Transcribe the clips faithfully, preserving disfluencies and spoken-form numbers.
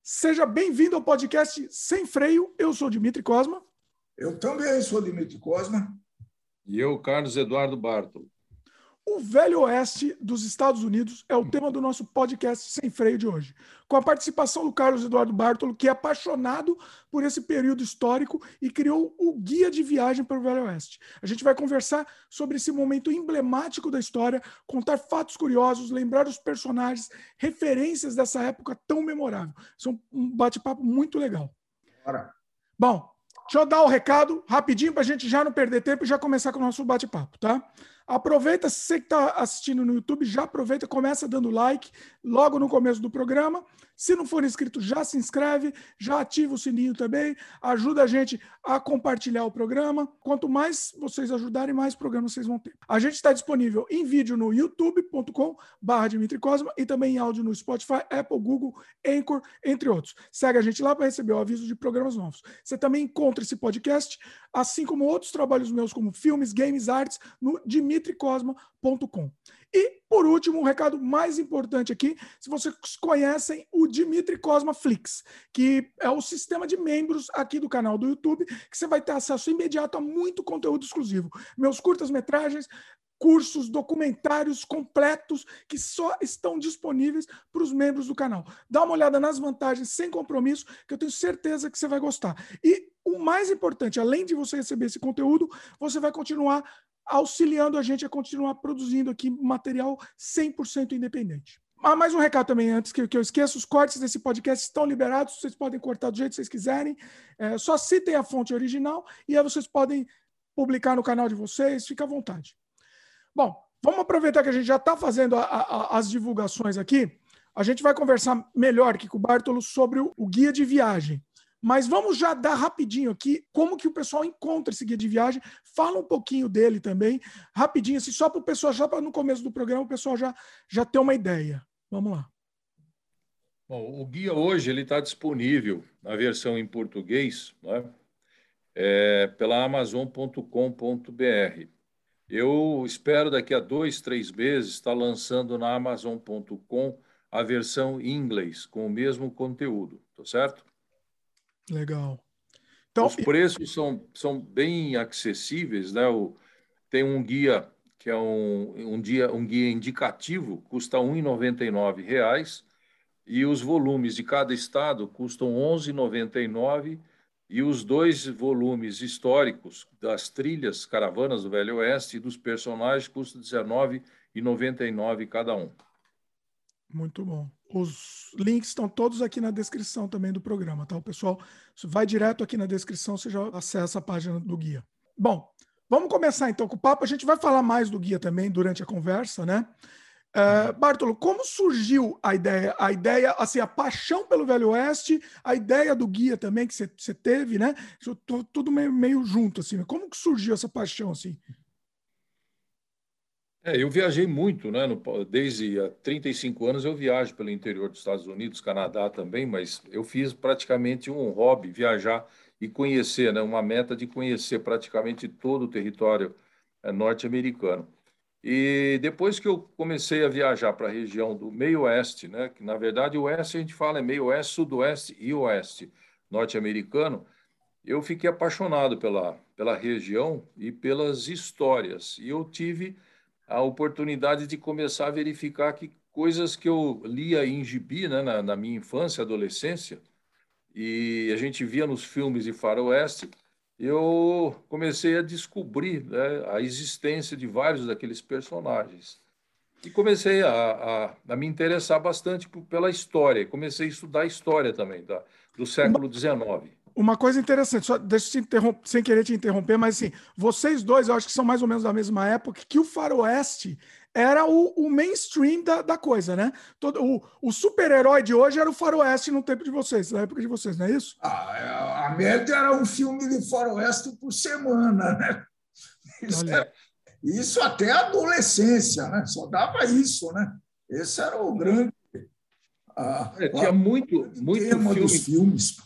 Seja bem-vindo ao podcast Sem Freio. Eu sou Dimitri Cosma. Eu também sou Dimitri Cosma. E eu, Carlos Eduardo Bartolo. O Velho Oeste dos Estados Unidos é o tema do nosso podcast Sem Freio de hoje, com a participação do Carlos Eduardo Bartolo, que é apaixonado por esse período histórico e criou o Guia de Viagem para o Velho Oeste. A gente vai conversar sobre esse momento emblemático da história, contar fatos curiosos, lembrar os personagens, referências dessa época tão memorável. Isso é um bate-papo muito legal. Bora. Bom, deixa eu dar o recado rapidinho para a gente já não perder tempo e já começar com o nosso bate-papo, tá? Aproveita, se você que está assistindo no YouTube, já aproveita, começa dando like logo no começo do programa. Se não for inscrito, já se inscreve, já ativa o sininho também, ajuda a gente a compartilhar o programa. Quanto mais vocês ajudarem, mais programas vocês vão ter. A gente está disponível em vídeo no youtube ponto com barra Dimitri Cosma e também em áudio no Spotify, Apple, Google, Anchor, entre outros. Segue a gente lá para receber o aviso de programas novos. Você também encontra esse podcast, assim como outros trabalhos meus, como filmes, games, artes, no dimitri cosma ponto com. E, por último, um recado mais importante aqui, se vocês conhecem o Dimitri Cosma Flix, que é o sistema de membros aqui do canal do YouTube, que você vai ter acesso imediato a muito conteúdo exclusivo. Meus curtas-metragens, cursos, documentários completos que só estão disponíveis para os membros do canal. Dá uma olhada nas vantagens sem compromisso, que eu tenho certeza que você vai gostar. E o mais importante, além de você receber esse conteúdo, você vai continuar auxiliando a gente a continuar produzindo aqui material cem por cento independente. Ah, mais um recado também, antes que, que eu esqueça, os cortes desse podcast estão liberados, vocês podem cortar do jeito que vocês quiserem, é, só citem a fonte original e aí vocês podem publicar no canal de vocês, fica à vontade. Bom, vamos aproveitar que a gente já está fazendo a, a, as divulgações aqui, a gente vai conversar melhor aqui com o Bartolo sobre o, o guia de viagem. Mas vamos já dar rapidinho aqui como que o pessoal encontra esse guia de viagem. Fala um pouquinho dele também, rapidinho, assim, só para o pessoal, já para no começo do programa, o pessoal já, já ter uma ideia. Vamos lá. Bom, o guia hoje ele está disponível na versão em português, né, é, pela amazon ponto com ponto br. Eu espero daqui a dois, três meses estar lançando na amazon ponto com a versão em inglês, com o mesmo conteúdo, tá certo? Legal. Então, os preços são, são bem acessíveis, né? O, tem um guia que é um, um, dia, um guia indicativo, custa um real e noventa e nove centavos, e os volumes de cada estado custam onze reais e noventa e nove centavos, e os dois volumes históricos das trilhas, caravanas do Velho Oeste e dos personagens custam dezenove reais e noventa e nove centavos cada um. Muito bom. Os links estão todos aqui na descrição também do programa, tá? O pessoal vai direto aqui na descrição, você já acessa a página do guia. Bom, vamos começar então com o papo. A gente vai falar mais do guia também durante a conversa, né? Uh, Bartolo, como surgiu a ideia? A ideia, assim, a paixão pelo Velho Oeste, a ideia do guia também que você teve, né? Isso, tudo meio, meio junto, assim. Como que surgiu essa paixão, assim? É, eu viajei muito, né? No, desde há trinta e cinco anos eu viajo pelo interior dos Estados Unidos, Canadá também, mas eu fiz praticamente um hobby, viajar e conhecer, né? Uma meta de conhecer praticamente todo o território é, norte-americano. E depois que eu comecei a viajar para a região do meio oeste, né? Que na verdade o oeste a gente fala é meio oeste, sudoeste e oeste norte-americano, eu fiquei apaixonado pela, pela região e pelas histórias. E eu tive a oportunidade de começar a verificar que coisas que eu lia em gibi, né, na, na minha infância, adolescência, e a gente via nos filmes de faroeste, eu comecei a descobrir, né, a existência de vários daqueles personagens. E comecei a, a, a me interessar bastante pela história. Comecei a estudar história também, tá, do século dezenove. Uma coisa interessante, só deixa eu te interromper, sem querer te interromper, mas assim, vocês dois, eu acho que são mais ou menos da mesma época, que o faroeste era o, o mainstream da, da coisa, né? Todo, o o super-herói de hoje era o faroeste no tempo de vocês, na época de vocês, não é isso? Ah, a média era um filme de faroeste por semana, né? Isso, era, isso até a adolescência, né? Só dava isso, né? Esse era o grande... Ah, é, tinha muito, muito tema filme, dos filmes.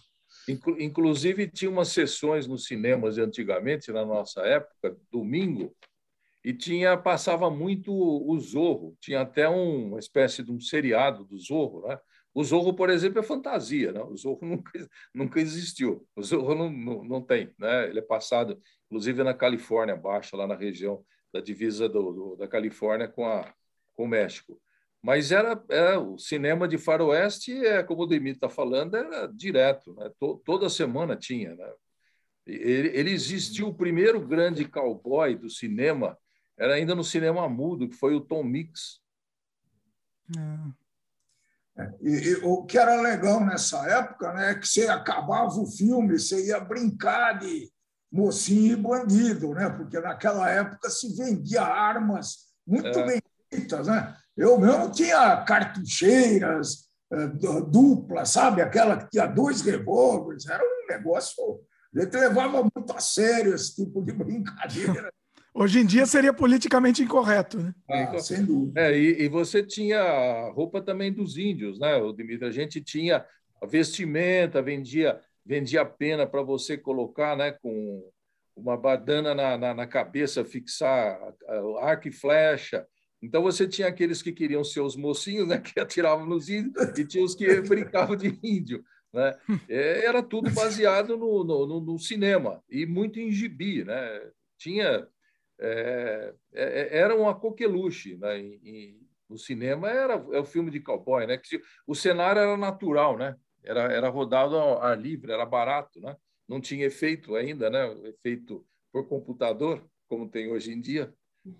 Inclusive, tinha umas sessões nos cinemas antigamente, na nossa época, domingo, e tinha passava muito o Zorro, tinha até um, uma espécie de um seriado do Zorro, né? O Zorro, por exemplo, é fantasia, né? O Zorro nunca, nunca existiu. O Zorro não, não, não tem, né? Ele é passado, inclusive, na Califórnia Baixa, lá na região da divisa do, do, da Califórnia com, a, com o México. Mas era, era o cinema de faroeste, é, como o Demir está falando, era direto, né? T- toda semana tinha, né? Ele, ele existiu, o primeiro grande cowboy do cinema, era ainda no cinema mudo, que foi o Tom Mix. É. E, e o que era legal nessa época, né, é que você acabava o filme, você ia brincar de mocinho e bandido, né? Porque naquela época se vendia armas muito É. bem feitas, né? Eu mesmo tinha cartucheiras eh, duplas, sabe? Aquela que tinha dois revólveres, era um negócio. A gente levava muito a sério esse tipo de brincadeira. Hoje em dia seria politicamente incorreto, né? Ah, sem dúvida. É, e, e você tinha a roupa também dos índios, né, Dimitri? A gente tinha a vestimenta, vendia, vendia pena para você colocar, né, com uma badana na, na, na cabeça, fixar arco e flecha. Então você tinha aqueles que queriam ser os mocinhos, né, que atiravam nos índios, e tinha os que brincavam de índio, né? Era tudo baseado no, no, no cinema e muito em gibi, né? Tinha É, é, era uma coqueluche, né? E, e, no cinema era é o filme de cowboy, né? Que o cenário era natural, né? Era, era rodado ao ar livre, era barato, né? Não tinha efeito ainda, né? Efeito por computador, como tem hoje em dia.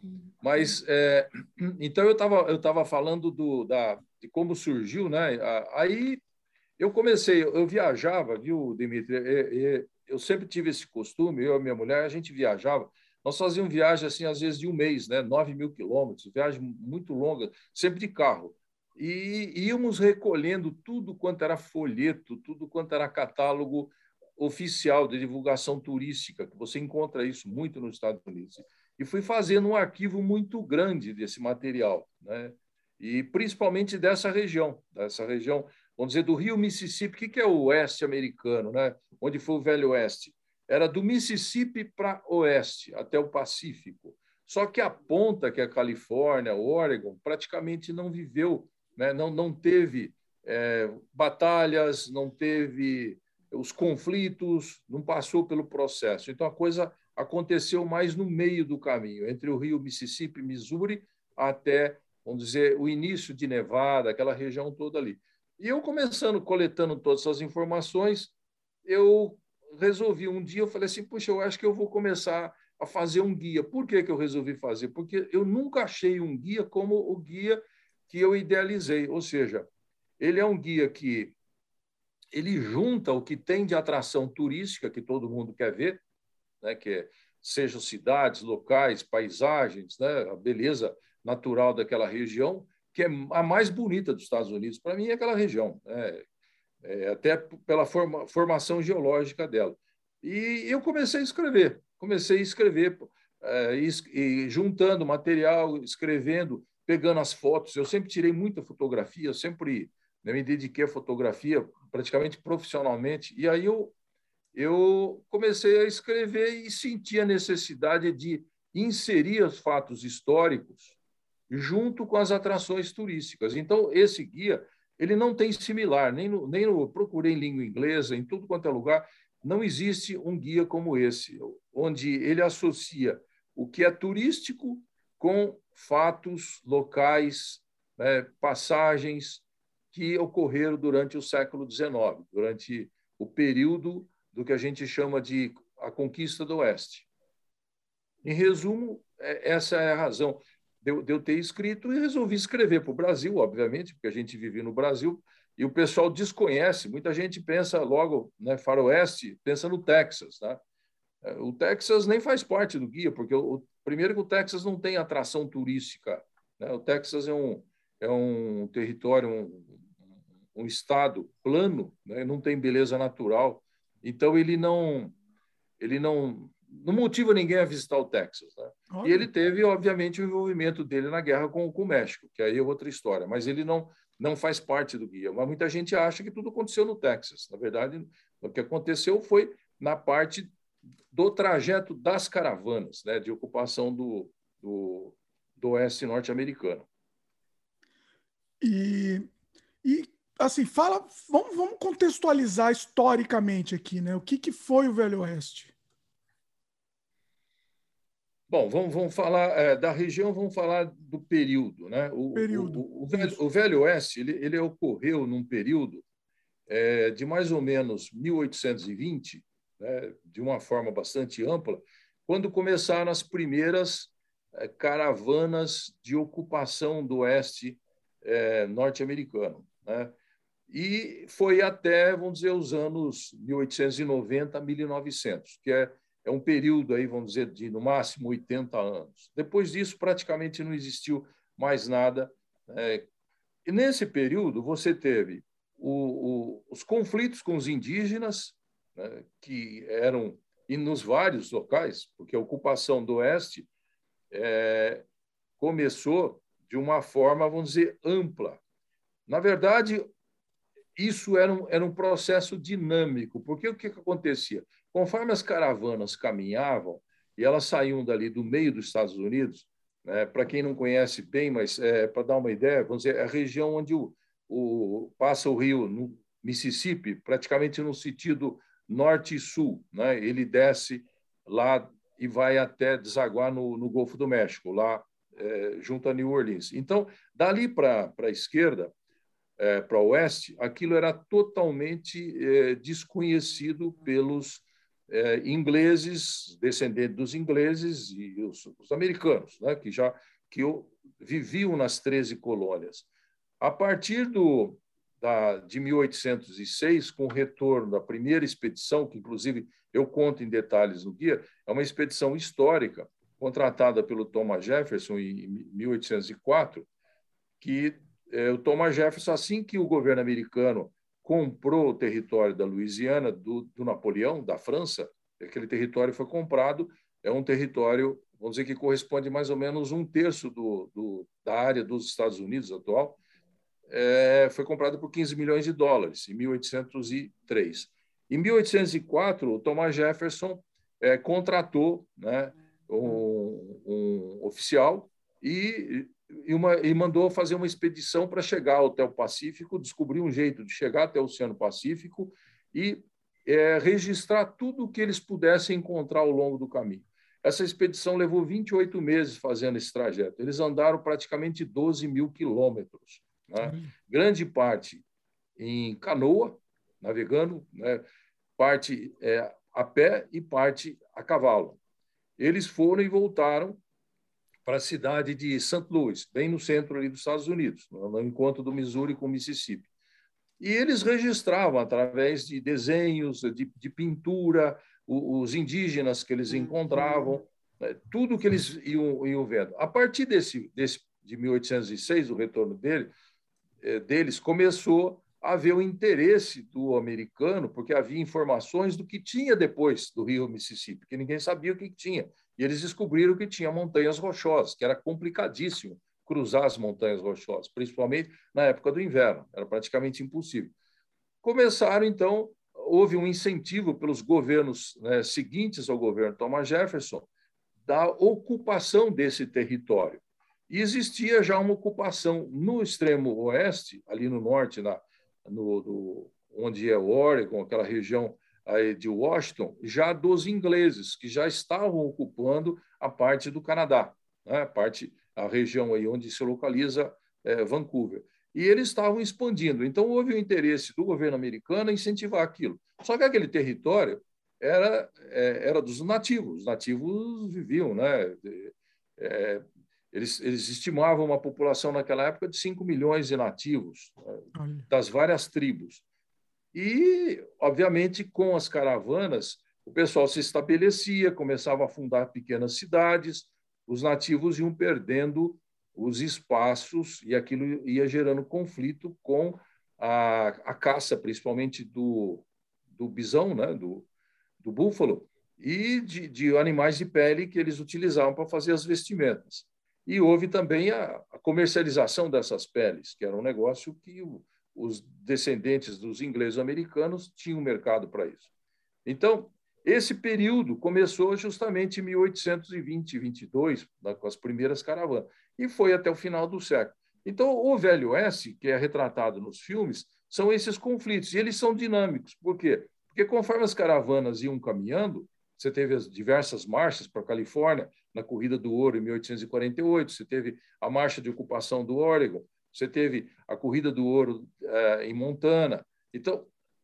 Mas é, então eu estava eu tava falando do, da, de como surgiu, né? Aí eu comecei, eu viajava, viu, Dimitri? Eu sempre tive esse costume, eu e minha mulher, a gente viajava. Nós fazíamos viagem, assim, às vezes de um mês, né? nove mil quilômetros, viagem muito longa, sempre de carro. E íamos recolhendo tudo quanto era folheto, tudo quanto era catálogo oficial de divulgação turística, que você encontra isso muito nos Estados Unidos. E fui fazendo um arquivo muito grande desse material, né? E principalmente dessa região, dessa região, vamos dizer, do Rio Mississippi, que é o oeste americano, né? Onde foi o Velho Oeste. Era do Mississippi para oeste, até o Pacífico. Só que a ponta, que é a Califórnia, Oregon, praticamente não viveu, né? não, não teve é, batalhas, não teve os conflitos, não passou pelo processo. Então, a coisa aconteceu mais no meio do caminho, entre o rio Mississippi, Missouri, até, vamos dizer, o início de Nevada, aquela região toda ali. E eu começando, coletando todas essas informações, eu resolvi um dia, eu falei assim, puxa, eu acho que eu vou começar a fazer um guia. Por que que eu resolvi fazer? Porque eu nunca achei um guia como o guia que eu idealizei, ou seja, ele é um guia que ele junta o que tem de atração turística que todo mundo quer ver, né, que é, sejam cidades, locais, paisagens, né, a beleza natural daquela região, que é a mais bonita dos Estados Unidos, para mim, é aquela região, né? É, até pela forma, formação geológica dela. E eu comecei a escrever, comecei a escrever, é, e, e juntando material, escrevendo, pegando as fotos. Eu sempre tirei muita fotografia, eu sempre, né, me dediquei à fotografia praticamente profissionalmente. E aí eu, eu comecei a escrever e senti a necessidade de inserir os fatos históricos junto com as atrações turísticas. Então, esse guia ele não tem similar, nem no, nem no procurei em língua inglesa, em tudo quanto é lugar, não existe um guia como esse, onde ele associa o que é turístico com fatos locais, né, passagens que ocorreram durante o século dezenove, durante o período do que a gente chama de a conquista do Oeste. Em resumo, essa é a razão de eu, de eu ter escrito e resolvi escrever para o Brasil, obviamente, porque a gente vive no Brasil e o pessoal desconhece. Muita gente pensa logo, né, faroeste, pensa no Texas, né? O Texas nem faz parte do guia, porque o, primeiro que o Texas não tem atração turística, né? O Texas é um, é um território, um, um estado plano, né? Não tem beleza natural, então ele não, ele não não motiva ninguém a visitar o Texas, né? E ele teve, obviamente, o envolvimento dele na guerra com, com o México, que aí é outra história, mas ele não, não faz parte do guia. Mas muita gente acha que tudo aconteceu no Texas. Na verdade, o que aconteceu foi na parte do trajeto das caravanas, né, de ocupação do, do, do oeste norte-americano. E, e assim, fala, vamos, vamos contextualizar historicamente aqui, né? O que, que foi o Velho Oeste? Bom, vamos, vamos falar é, da região, vamos falar do período, né? O, Período. o, o, velho, o Velho Oeste ele, ele ocorreu num período é, de mais ou menos mil oitocentos e vinte, né, de uma forma bastante ampla, quando começaram as primeiras é, caravanas de ocupação do oeste é, norte-americano, né? E foi até, vamos dizer, os anos mil oitocentos e noventa, mil e novecentos, que é É um período aí, vamos dizer, de no máximo oitenta anos. Depois disso, praticamente não existiu mais nada. É, e nesse período, você teve o, o, os conflitos com os indígenas, né, que eram e nos vários locais, porque a ocupação do Oeste é, começou de uma forma, vamos dizer, ampla. Na verdade, isso era um, era um processo dinâmico, porque o que, que acontecia? Conforme as caravanas caminhavam, e elas saíam dali do meio dos Estados Unidos, né, para quem não conhece bem, mas é, para dar uma ideia, vamos dizer, é a região onde o, o, passa o rio no Mississippi, praticamente no sentido norte e sul, né? Ele desce lá e vai até desaguar no, no Golfo do México, lá é, junto a New Orleans. Então, dali para a esquerda, É, para o oeste, aquilo era totalmente é, desconhecido pelos é, ingleses, descendentes dos ingleses e os, os americanos, né, que já que viviam nas treze colônias. A partir do, da, de mil oitocentos e seis, com o retorno da primeira expedição, que inclusive eu conto em detalhes no guia, é uma expedição histórica, contratada pelo Thomas Jefferson em mil oitocentos e quatro, que o Thomas Jefferson, assim que o governo americano comprou o território da Louisiana do, do Napoleão, da França, aquele território foi comprado, é um território, vamos dizer, que corresponde mais ou menos um terço do, do, da área dos Estados Unidos atual, é, foi comprado por quinze milhões de dólares, em mil oitocentos e três. Em mil oitocentos e quatro, o Thomas Jefferson é, contratou, né, um, um oficial e E, uma, e mandou fazer uma expedição para chegar até o Pacífico, descobrir um jeito de chegar até o Oceano Pacífico e é, registrar tudo o que eles pudessem encontrar ao longo do caminho. Essa expedição levou vinte e oito meses fazendo esse trajeto. Eles andaram praticamente doze mil quilômetros, né? Grande parte em canoa, navegando, né? Parte é, a pé e parte a cavalo. Eles foram e voltaram para a cidade de Saint Louis, bem no centro ali dos Estados Unidos, no encontro do Missouri com o Mississippi. E eles registravam, através de desenhos, de, de pintura, os indígenas que eles encontravam, né, tudo que eles iam, iam vendo. A partir desse, desse, de mil oitocentos e seis, o retorno dele, deles, começou a haver o interesse do americano, porque havia informações do que tinha depois do rio Mississippi, que ninguém sabia o que tinha. E eles descobriram que tinha montanhas rochosas, que era complicadíssimo cruzar as montanhas rochosas, principalmente na época do inverno, era praticamente impossível. Começaram, então, houve um incentivo pelos governos, né, seguintes ao governo Thomas Jefferson da ocupação desse território. E existia já uma ocupação no extremo oeste, ali no norte, na, no, do, onde é Oregon, aquela região aí de Washington, já dos ingleses, que já estavam ocupando a parte do Canadá, né? a, parte, a região aí onde se localiza é, Vancouver. E eles estavam expandindo. Então, houve o interesse do governo americano em incentivar aquilo. Só que aquele território era, é, era dos nativos. Os nativos viviam, né? É, Eles, eles estimavam uma população naquela época de cinco milhões de nativos, né, das várias tribos. E, obviamente, com as caravanas, o pessoal se estabelecia, começava a fundar pequenas cidades, os nativos iam perdendo os espaços e aquilo ia gerando conflito com a, a caça, principalmente do, do bisão, né, do, do búfalo, e de, de animais de pele que eles utilizavam para fazer as vestimentas. E houve também a, a comercialização dessas peles, que era um negócio que o, os descendentes dos ingleses americanos tinham mercado para isso. Então, Esse período começou justamente em mil oitocentos e vinte, vinte e dois, com as primeiras caravanas, e foi até o final do século. Então, o Velho Oeste, que é retratado nos filmes, são esses conflitos, e eles são dinâmicos. Por quê? Porque conforme as caravanas iam caminhando, você teve as diversas marchas para a Califórnia, na Corrida do Ouro, em mil oitocentos e quarenta e oito, você teve a Marcha de Ocupação do Oregon, você teve a Corrida do Ouro eh, em Montana, então,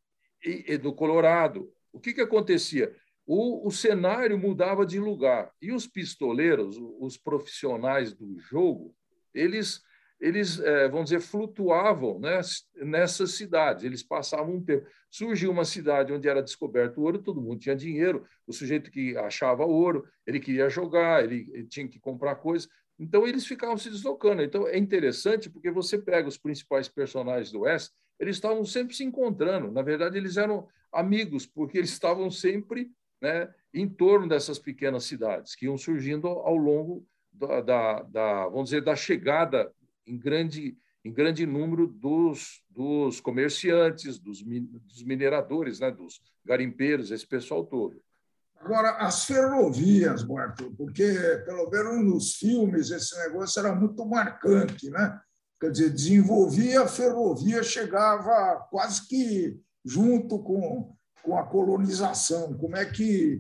e, e no Colorado. O que, que acontecia? O, o cenário mudava de lugar, e os pistoleiros, os profissionais do jogo, eles, eles eh, vamos dizer, flutuavam, né, nessas cidades, eles passavam um tempo. Surgiu uma cidade onde era descoberto ouro, todo mundo tinha dinheiro, o sujeito que achava ouro, ele queria jogar, ele, ele tinha que comprar coisas, então eles ficavam se deslocando. Então é interessante porque você pega os principais personagens do Oeste, eles estavam sempre se encontrando, na verdade eles eram amigos, porque eles estavam sempre, né, em torno dessas pequenas cidades que iam surgindo ao longo da, da, da vamos dizer, da chegada em grande, em grande número dos, dos comerciantes, dos, dos mineradores, né, dos garimpeiros, esse pessoal todo. Agora, as ferrovias, Bartol, porque, pelo menos nos filmes, esse negócio era muito marcante, né? Quer dizer, desenvolvia a ferrovia, chegava quase que junto com, com a colonização. Como é que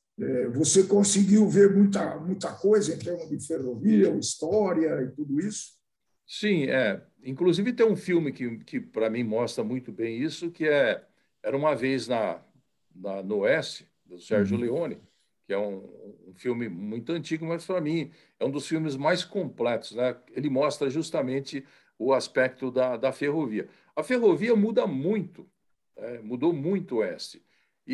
é, você conseguiu ver muita, muita coisa em termos de ferrovia, história e tudo isso? Sim, é. Inclusive tem um filme que, que para mim mostra muito bem isso, que é Era uma vez na, na no Oeste, do Sérgio Uhum. Leone, que é um, um filme muito antigo, mas para mim é um dos filmes mais completos, né? Ele mostra justamente o aspecto da, da ferrovia. A ferrovia muda muito, né? Mudou muito o Oeste. E,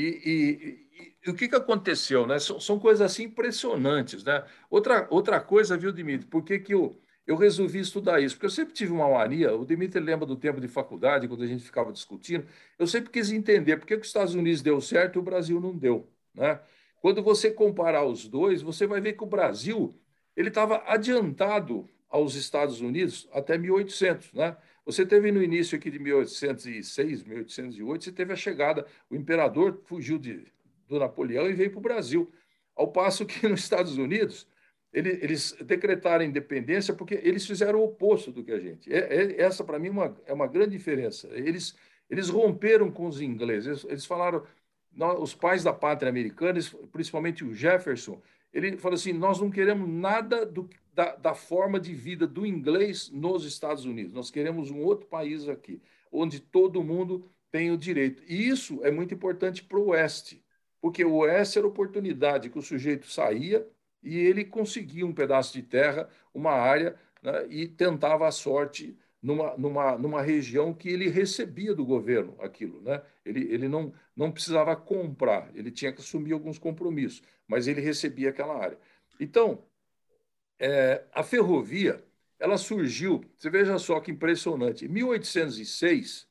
e, e, e o que, que aconteceu, né? São, são coisas assim impressionantes, né? Outra, outra coisa, viu, Dimitri? Por que que eu eu resolvi estudar isso, porque eu sempre tive uma mania, o Dimitri lembra do tempo de faculdade, quando a gente ficava discutindo, eu sempre quis entender por que, que os Estados Unidos deu certo e o Brasil não deu, né? Quando você comparar os dois, você vai ver que o Brasil ele estava adiantado aos Estados Unidos até mil e oitocentos, né? Você teve no início aqui de mil oitocentos e seis, mil oitocentos e oito, você teve a chegada, o imperador fugiu de, do Napoleão e veio para o Brasil, ao passo que nos Estados Unidos eles decretaram a independência porque eles fizeram o oposto do que a gente. É, é, essa, para mim, uma, é uma grande diferença. Eles, eles romperam com os ingleses. Eles, eles falaram, nós, os pais da pátria americana, principalmente o Jefferson, ele falou assim, nós não queremos nada do, da, da forma de vida do inglês nos Estados Unidos. Nós queremos um outro país aqui, onde todo mundo tem o direito. E isso é muito importante para o Oeste, porque o Oeste era a oportunidade que o sujeito saía e ele conseguia um pedaço de terra, uma área, né, e tentava a sorte numa, numa, numa região que ele recebia do governo aquilo. Né? Ele, ele não, não precisava comprar, ele tinha que assumir alguns compromissos, mas ele recebia aquela área. Então, é, a ferrovia ela surgiu, você veja só que impressionante, em mil oitocentos e seis,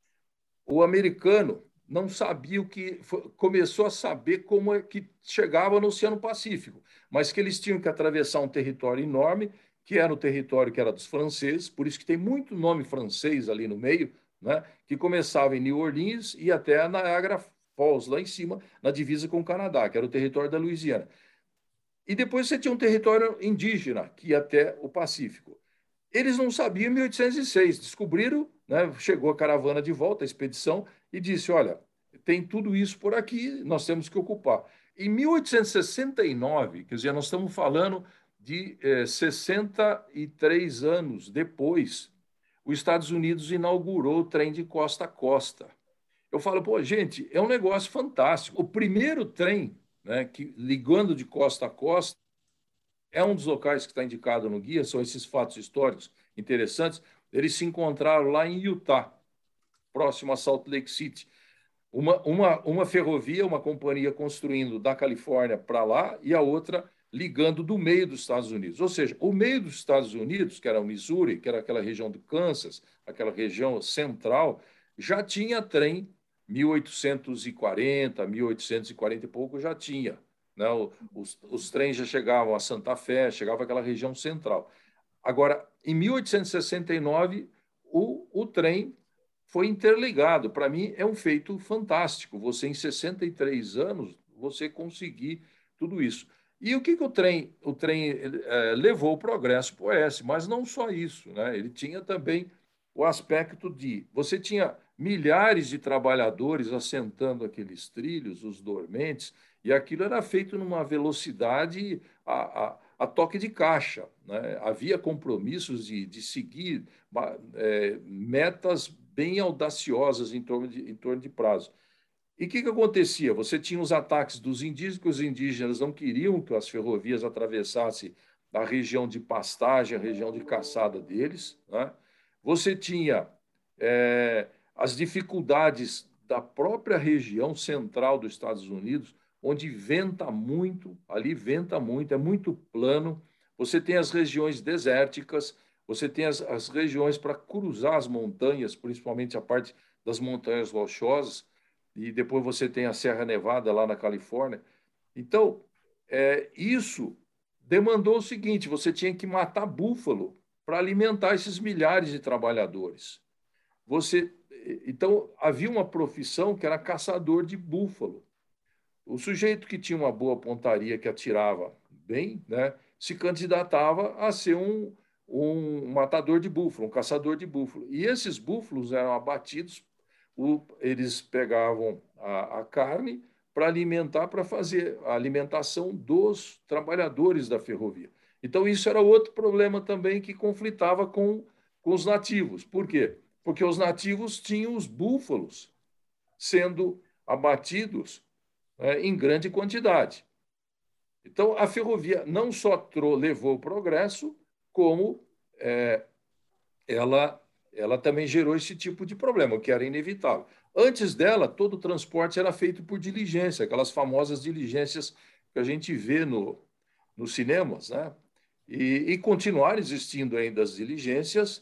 o americano não sabia o que foi, começou a saber como é que chegava no Oceano Pacífico, mas que eles tinham que atravessar um território enorme, que era o território que era dos franceses, por isso que tem muito nome francês ali no meio, né, que começava em New Orleans e até a Niagara Falls, lá em cima, na divisa com o Canadá, que era o território da Louisiana. E depois você tinha um território indígena, que ia até o Pacífico. Eles não sabiam em mil oitocentos e seis, descobriram, né, chegou a caravana de volta, a expedição, e disse, olha, tem tudo isso por aqui, nós temos que ocupar. Em mil oitocentos e sessenta e nove, quer dizer, nós estamos falando de eh, sessenta e três anos depois, os Estados Unidos inaugurou o trem de costa a costa. Eu falo, pô, gente, é um negócio fantástico. O primeiro trem, né, que, ligando de costa a costa, é um dos locais que está indicado no guia, são esses fatos históricos interessantes. Eles se encontraram lá em Utah, próximo a Salt Lake City. Uma, uma, uma ferrovia, uma companhia construindo da Califórnia para lá e a outra ligando do meio dos Estados Unidos. Ou seja, o meio dos Estados Unidos, que era o Missouri, que era aquela região do Kansas, aquela região central, já tinha trem, mil oitocentos e quarenta, mil oitocentos e quarenta e pouco já tinha. Né? Os, os trens já chegavam a Santa Fé, chegava àquela região central. Agora, em mil oitocentos e sessenta e nove, o, o trem foi interligado. Para mim, é um feito fantástico. Você, em sessenta e três anos, você conseguir tudo isso. E o que, que o trem, o trem é, levou o progresso para o oeste? Mas não só isso, né? Ele tinha também o aspecto de... Você tinha milhares de trabalhadores assentando aqueles trilhos, os dormentes, e aquilo era feito numa velocidade a, a, a toque de caixa, né? Havia compromissos de, de seguir é, metas bem audaciosas em torno de, em torno de prazo. E o que, que acontecia? Você tinha os ataques dos indígenas, que os indígenas não queriam que as ferrovias atravessassem a região de pastagem, a região de caçada deles, né? Você tinha é, as dificuldades da própria região central dos Estados Unidos, onde venta muito, ali venta muito, é muito plano. Você tem as regiões desérticas, você tem as, as regiões para cruzar as montanhas, principalmente a parte das montanhas rochosas, e depois você tem a Serra Nevada lá na Califórnia. Então, é, isso demandou o seguinte: você tinha que matar búfalo para alimentar esses milhares de trabalhadores. Você, então, havia uma profissão que era caçador de búfalo. O sujeito que tinha uma boa pontaria, que atirava bem, né, se candidatava a ser um, um matador de búfalo, um caçador de búfalo. E esses búfalos eram abatidos, o, eles pegavam a, a carne para alimentar, para fazer a alimentação dos trabalhadores da ferrovia. Então, isso era outro problema também que conflitava com, com os nativos. Por quê? Porque os nativos tinham os búfalos sendo abatidos é, em grande quantidade. Então, a ferrovia não só trou, levou o progresso, como é, ela, ela também gerou esse tipo de problema, que era inevitável. Antes dela, todo o transporte era feito por diligência, aquelas famosas diligências que a gente vê no, nos cinemas, né? E, e continuaram existindo ainda as diligências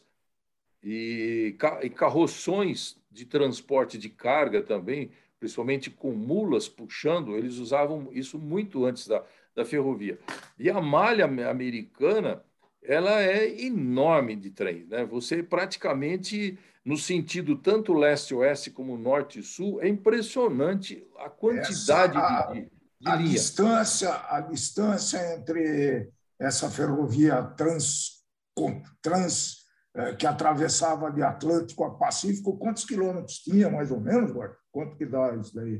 e, e carroções de transporte de carga também, principalmente com mulas puxando, eles usavam isso muito antes da, da ferrovia. E a malha americana, ela é enorme de trem, né? Você praticamente, no sentido tanto leste-oeste como norte-sul, é impressionante a Essa, quantidade de, a, de, de a linha. distância, a distância entre essa ferrovia trans, trans eh, que atravessava de Atlântico a Pacífico, quantos quilômetros tinha, mais ou menos, Gordon? Quanto que dá isso daí?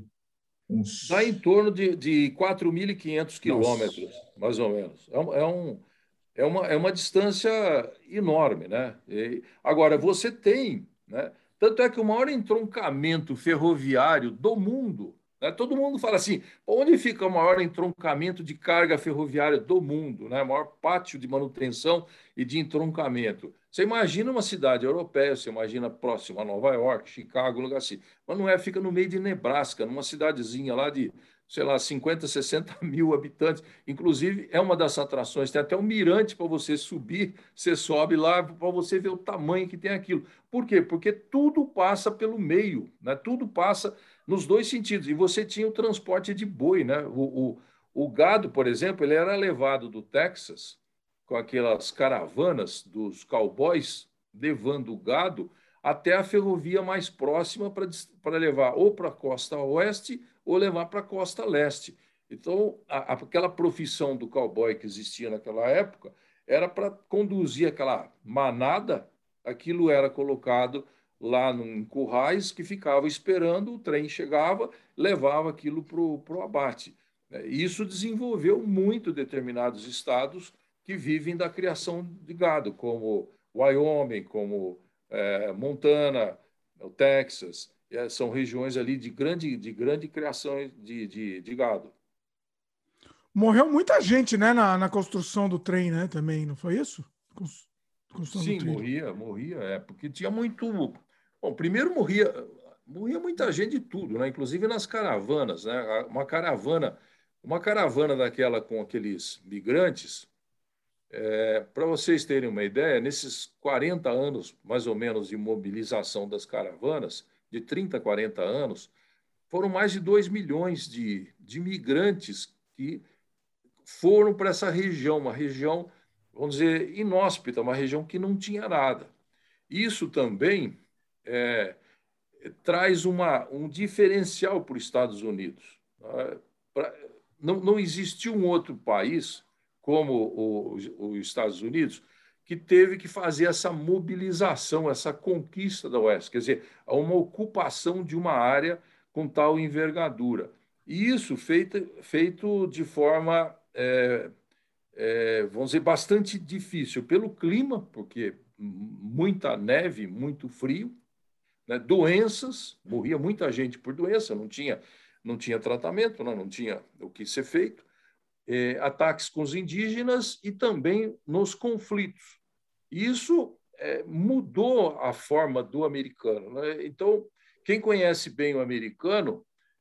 Dá em Uns... torno de, de quatro mil e quinhentos Nossa. quilômetros, mais ou menos. É um, é um, é uma, é uma distância enorme, né? E, agora, você tem, né? Tanto é que o maior entroncamento ferroviário do mundo, né? Todo mundo fala assim, onde fica o maior entroncamento de carga ferroviária do mundo, né? O maior pátio de manutenção e de entroncamento. Você imagina uma cidade europeia, você imagina próximo a Nova York, Chicago, um lugar assim. Mas não é, fica no meio de Nebraska, numa cidadezinha lá de, sei lá, cinquenta, sessenta mil habitantes. Inclusive, é uma das atrações, tem até um mirante para você subir, você sobe lá para você ver o tamanho que tem aquilo. Por quê? Porque tudo passa pelo meio, né? Tudo passa nos dois sentidos. E você tinha o transporte de boi, né? O, o, o gado, por exemplo, ele era levado do Texas com aquelas caravanas dos cowboys levando o gado até a ferrovia mais próxima para levar ou para a costa oeste ou levar para a costa leste. Então, a, aquela profissão do cowboy que existia naquela época era para conduzir aquela manada, aquilo era colocado lá em currais que ficava esperando, o trem chegava, levava aquilo para o abate. Isso desenvolveu muito determinados estados que vivem da criação de gado, como Wyoming, como é, Montana, o Texas. É, são regiões ali de grande, de grande criação de, de, de gado. Morreu muita gente, né, na, na construção do trem, né, também, não foi isso? Construção do Sim, trilho. morria, morria, é, porque tinha muito. Bom, primeiro morria, morria muita gente de tudo, né? Inclusive nas caravanas, né? Uma caravana, uma caravana daquela com aqueles migrantes, é, para vocês terem uma ideia, nesses quarenta anos, mais ou menos, de mobilização das caravanas, de trinta, quarenta anos, foram mais de dois milhões de, de migrantes que foram para essa região, uma região, vamos dizer, inóspita, uma região que não tinha nada. Isso também é, traz uma, um diferencial para os Estados Unidos. pra, não, não existiu um outro país, como os Estados Unidos, que teve que fazer essa mobilização, essa conquista da Oeste, quer dizer, uma ocupação de uma área com tal envergadura. E isso feito, feito de forma, é, é, vamos dizer, bastante difícil, pelo clima, porque muita neve, muito frio, né? Doenças, morria muita gente por doença, não tinha, não tinha tratamento, não, não tinha o que ser feito, é, ataques com os indígenas e também nos conflitos. Isso é, mudou a forma do americano, né? Então, quem conhece bem o americano,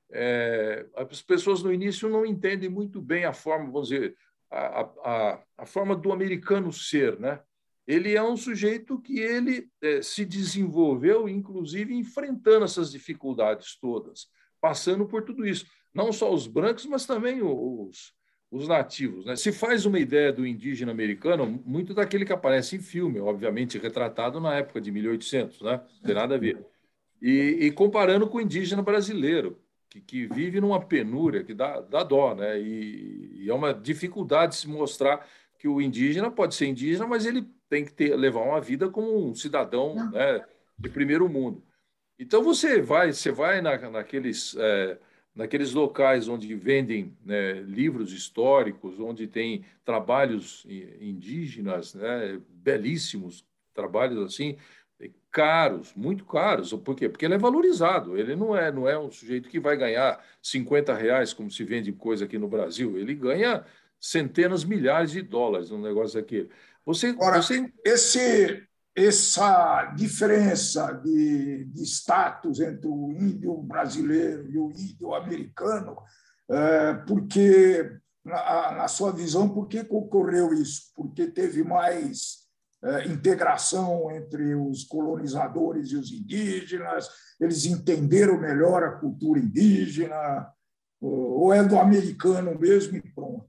é, as pessoas no início não entendem muito bem a forma, vamos dizer, a, a, a forma do americano ser, né? Ele é um sujeito que ele é, se desenvolveu, inclusive, enfrentando essas dificuldades todas, passando por tudo isso. Não só os brancos, mas também os, os nativos, né? Se faz uma ideia do indígena americano, muito daquele que aparece em filme, obviamente retratado na época de mil e oitocentos, né? Não tem nada a ver. E, e comparando com o indígena brasileiro, que, que vive numa penúria que dá, dá dó, né? E, e é uma dificuldade se mostrar que o indígena pode ser indígena, mas ele tem que ter, levar uma vida como um cidadão, né, de primeiro mundo. Então você vai, você vai na, naqueles, é, naqueles locais onde vendem, né, livros históricos, onde tem trabalhos indígenas, né, belíssimos trabalhos assim, caros, muito caros. Por quê? Porque ele é valorizado. Ele não é, não é um sujeito que vai ganhar cinquenta reais, como se vende coisa aqui no Brasil. Ele ganha centenas, milhares de dólares no negócio daquele. Você, Ora, você... esse, essa diferença de, de status entre o índio brasileiro e o índio americano, é, porque, na, na sua visão, por que ocorreu isso? Porque teve mais é, integração entre os colonizadores e os indígenas, eles entenderam melhor a cultura indígena, ou é do americano mesmo e pronto?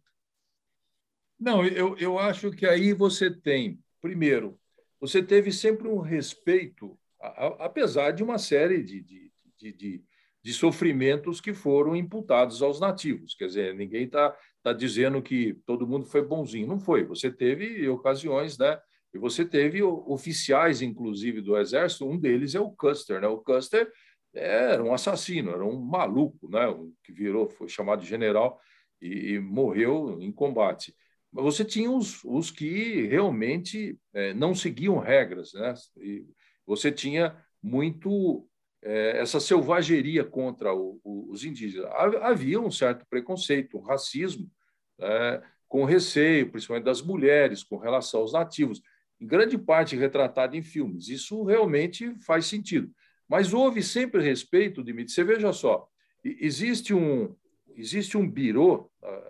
Não, eu, eu acho que aí você tem, primeiro, você teve sempre um respeito, a, a, apesar de uma série de, de, de, de, de sofrimentos que foram imputados aos nativos. Quer dizer, ninguém está tá dizendo que todo mundo foi bonzinho. Não foi. Você teve ocasiões, né? E você teve oficiais, inclusive, do Exército, um deles é o Custer, né? O Custer era um assassino, era um maluco, né? Que virou, foi chamado de general e, e morreu em combate. Mas você tinha os, os que realmente é, não seguiam regras, né? E você tinha muito é, essa selvageria contra o, o, os indígenas. Havia um certo preconceito, um racismo, é, com receio, principalmente das mulheres, com relação aos nativos, em grande parte retratado em filmes. Isso realmente faz sentido. Mas houve sempre respeito, Dimitri. Você veja só, existe um, existe um birô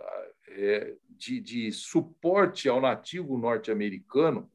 é, De, de suporte ao nativo norte-americano,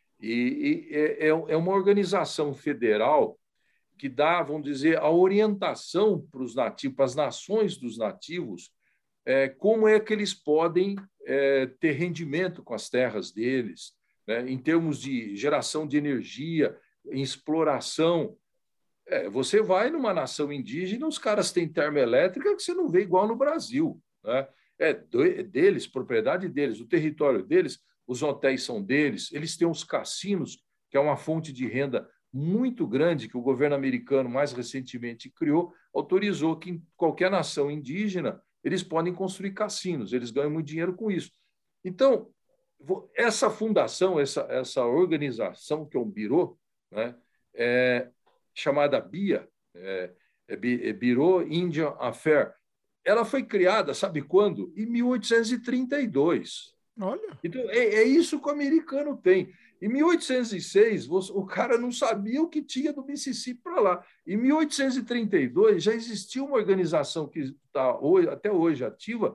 e, e é, é uma organização federal que dá, vamos dizer, a orientação para os nativos, para as nações dos nativos, é, como é que eles podem é, ter rendimento com as terras deles, né, em termos de geração de energia, em exploração. É, você vai numa nação indígena, os caras têm termoelétrica que você não vê igual no Brasil, né? É deles, propriedade deles, o território deles, os hotéis são deles, eles têm os cassinos, que é uma fonte de renda muito grande que o governo americano mais recentemente criou, autorizou que em qualquer nação indígena eles podem construir cassinos, eles ganham muito dinheiro com isso. Então, essa fundação, essa, essa organização que é um birô, né, é, chamada BIA, é, é Bureau Indian Affairs, ela foi criada, sabe quando? Em mil oitocentos e trinta e dois. Olha. Então, é, é isso que o americano tem. Em mil oitocentos e seis, o cara não sabia o que tinha do Mississippi para lá. Em mil oitocentos e trinta e dois, já existia uma organização que está até hoje ativa,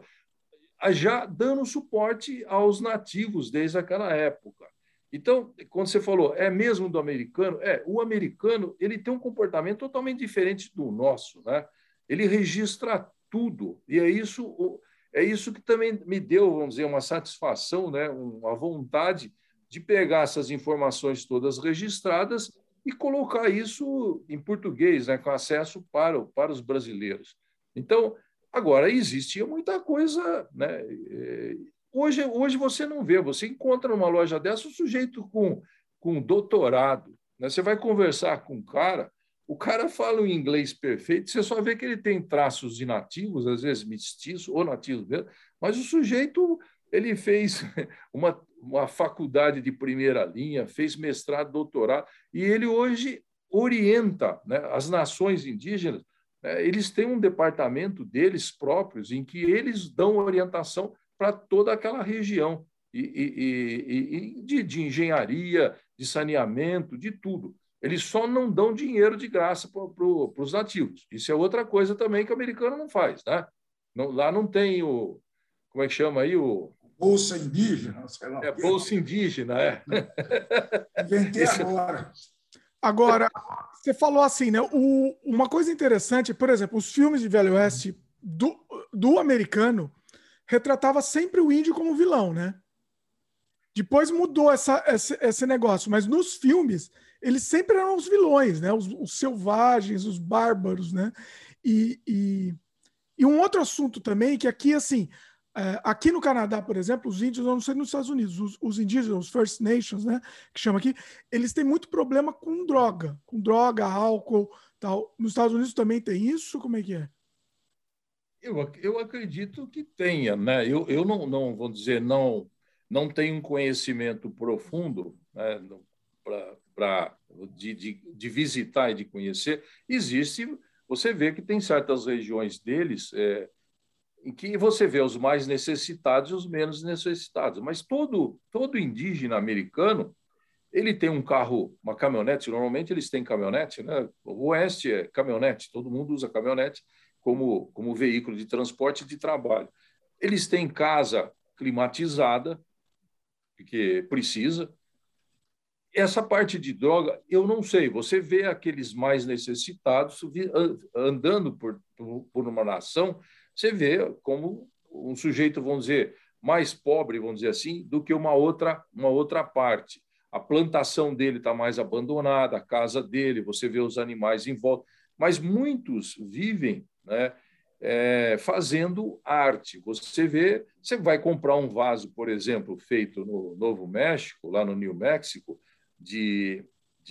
já dando suporte aos nativos desde aquela época. Então, quando você falou, é mesmo do americano? É, o americano ele tem um comportamento totalmente diferente do nosso, né? Ele registra tudo, e é isso, é isso que também me deu, vamos dizer, uma satisfação, né? Uma vontade de pegar essas informações todas registradas e colocar isso em português, né? Com acesso para, para os brasileiros. Então, Agora, existia muita coisa, né? Hoje, hoje você não vê, você encontra numa loja dessa um sujeito com, com doutorado, né? Você vai conversar com um cara, o cara fala um inglês perfeito, você só vê que ele tem traços de nativos, às vezes mestiços ou nativos mesmo, mas o sujeito ele fez uma, uma faculdade de primeira linha, fez mestrado, doutorado, e ele hoje orienta, né, as nações indígenas. Eles têm um departamento deles próprios em que eles dão orientação para toda aquela região e, e, e de, de engenharia, de saneamento, de tudo. Eles só não dão dinheiro de graça para pro, os nativos. Isso é outra coisa também que o americano não faz, né? Não, lá não tem o... Como é que chama aí? O... Bolsa indígena, sei lá. É, bolsa indígena, é. Inventei Esse... agora. Agora, você falou assim, né? O, uma coisa interessante, por exemplo, os filmes de Velho Oeste do, do americano retratava sempre o índio como vilão, né? Depois mudou essa, esse, esse negócio, mas nos filmes eles sempre eram os vilões, né? Os, os selvagens, os bárbaros, né? E, e, e um outro assunto também, que aqui, assim, é, aqui no Canadá, por exemplo, os índios, eu não sei nos Estados Unidos, os, os indígenas, os First Nations, né, que chama aqui, eles têm muito problema com droga, com droga, álcool, tal. Nos Estados Unidos também tem isso? Como é que é? Eu, eu acredito que tenha, né? Eu, eu não, não vou dizer, não, não tenho um conhecimento profundo, né, para de, de, de visitar e de conhecer. Existe, você vê que tem certas regiões deles é, em que você vê os mais necessitados e os menos necessitados. Mas todo, todo indígena americano, ele tem um carro, uma caminhonete, normalmente eles têm caminhonete, né? O Oeste é caminhonete, todo mundo usa caminhonete como, como veículo de transporte e de trabalho. Eles têm casa climatizada, porque precisa. Essa parte de droga, eu não sei, você vê aqueles mais necessitados andando por, por uma nação, você vê como um sujeito, vamos dizer, mais pobre, vamos dizer assim, do que uma outra, uma outra parte. A plantação dele está mais abandonada, a casa dele, você vê os animais em volta. Mas muitos vivem, né, é, fazendo arte. Você vê, você vai comprar um vaso, por exemplo, feito no Novo México, lá no New México, de,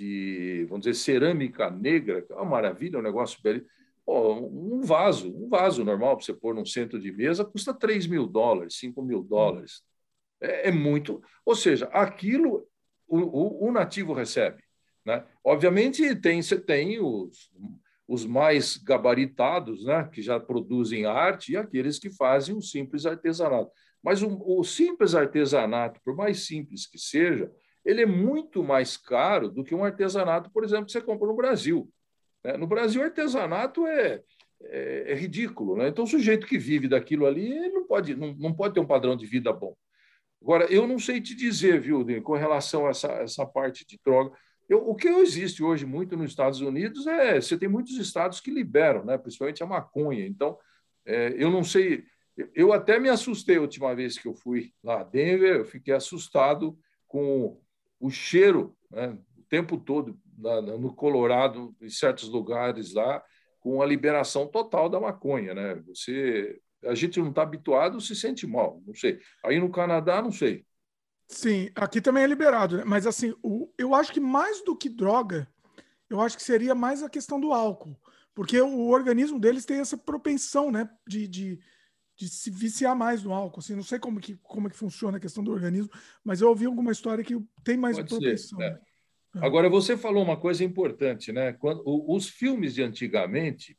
de vamos dizer, cerâmica negra, que é uma maravilha, um negócio belo. Pô, um vaso, um vaso normal para você pôr num centro de mesa custa três mil dólares, cinco mil dólares. É, é muito. Ou seja, aquilo o, o, o nativo recebe, né? Obviamente, tem, você tem os, os mais gabaritados, né, que já produzem arte, e aqueles que fazem um simples artesanato. Mas o, o simples artesanato, por mais simples que seja, ele é muito mais caro do que um artesanato, por exemplo, que você compra no Brasil. No Brasil, o artesanato é, é, é ridículo, né? Então, o sujeito que vive daquilo ali ele não, pode, não, não pode ter um padrão de vida bom. Agora, eu não sei te dizer, viu, com relação a essa, essa parte de droga. Eu, o que existe hoje muito nos Estados Unidos é... Você tem muitos estados que liberam, né? Principalmente a maconha. Então, é, eu não sei... Eu até me assustei a última vez que eu fui lá a Denver, eu fiquei assustado com o cheiro, né, o tempo todo, no Colorado, em certos lugares lá, com a liberação total da maconha, né? Você, a gente não está habituado, se sente mal, não sei. Aí no Canadá, não sei. Sim, aqui também é liberado, né? Mas assim, o, eu acho que mais do que droga, eu acho que seria mais a questão do álcool, porque o organismo deles tem essa propensão, né, de, de, de se viciar mais no álcool. Assim, não sei como que, como que funciona a questão do organismo, mas eu ouvi alguma história que tem mais Pode propensão. ser, né? Agora, você falou uma coisa importante, né? Quando, os filmes de antigamente,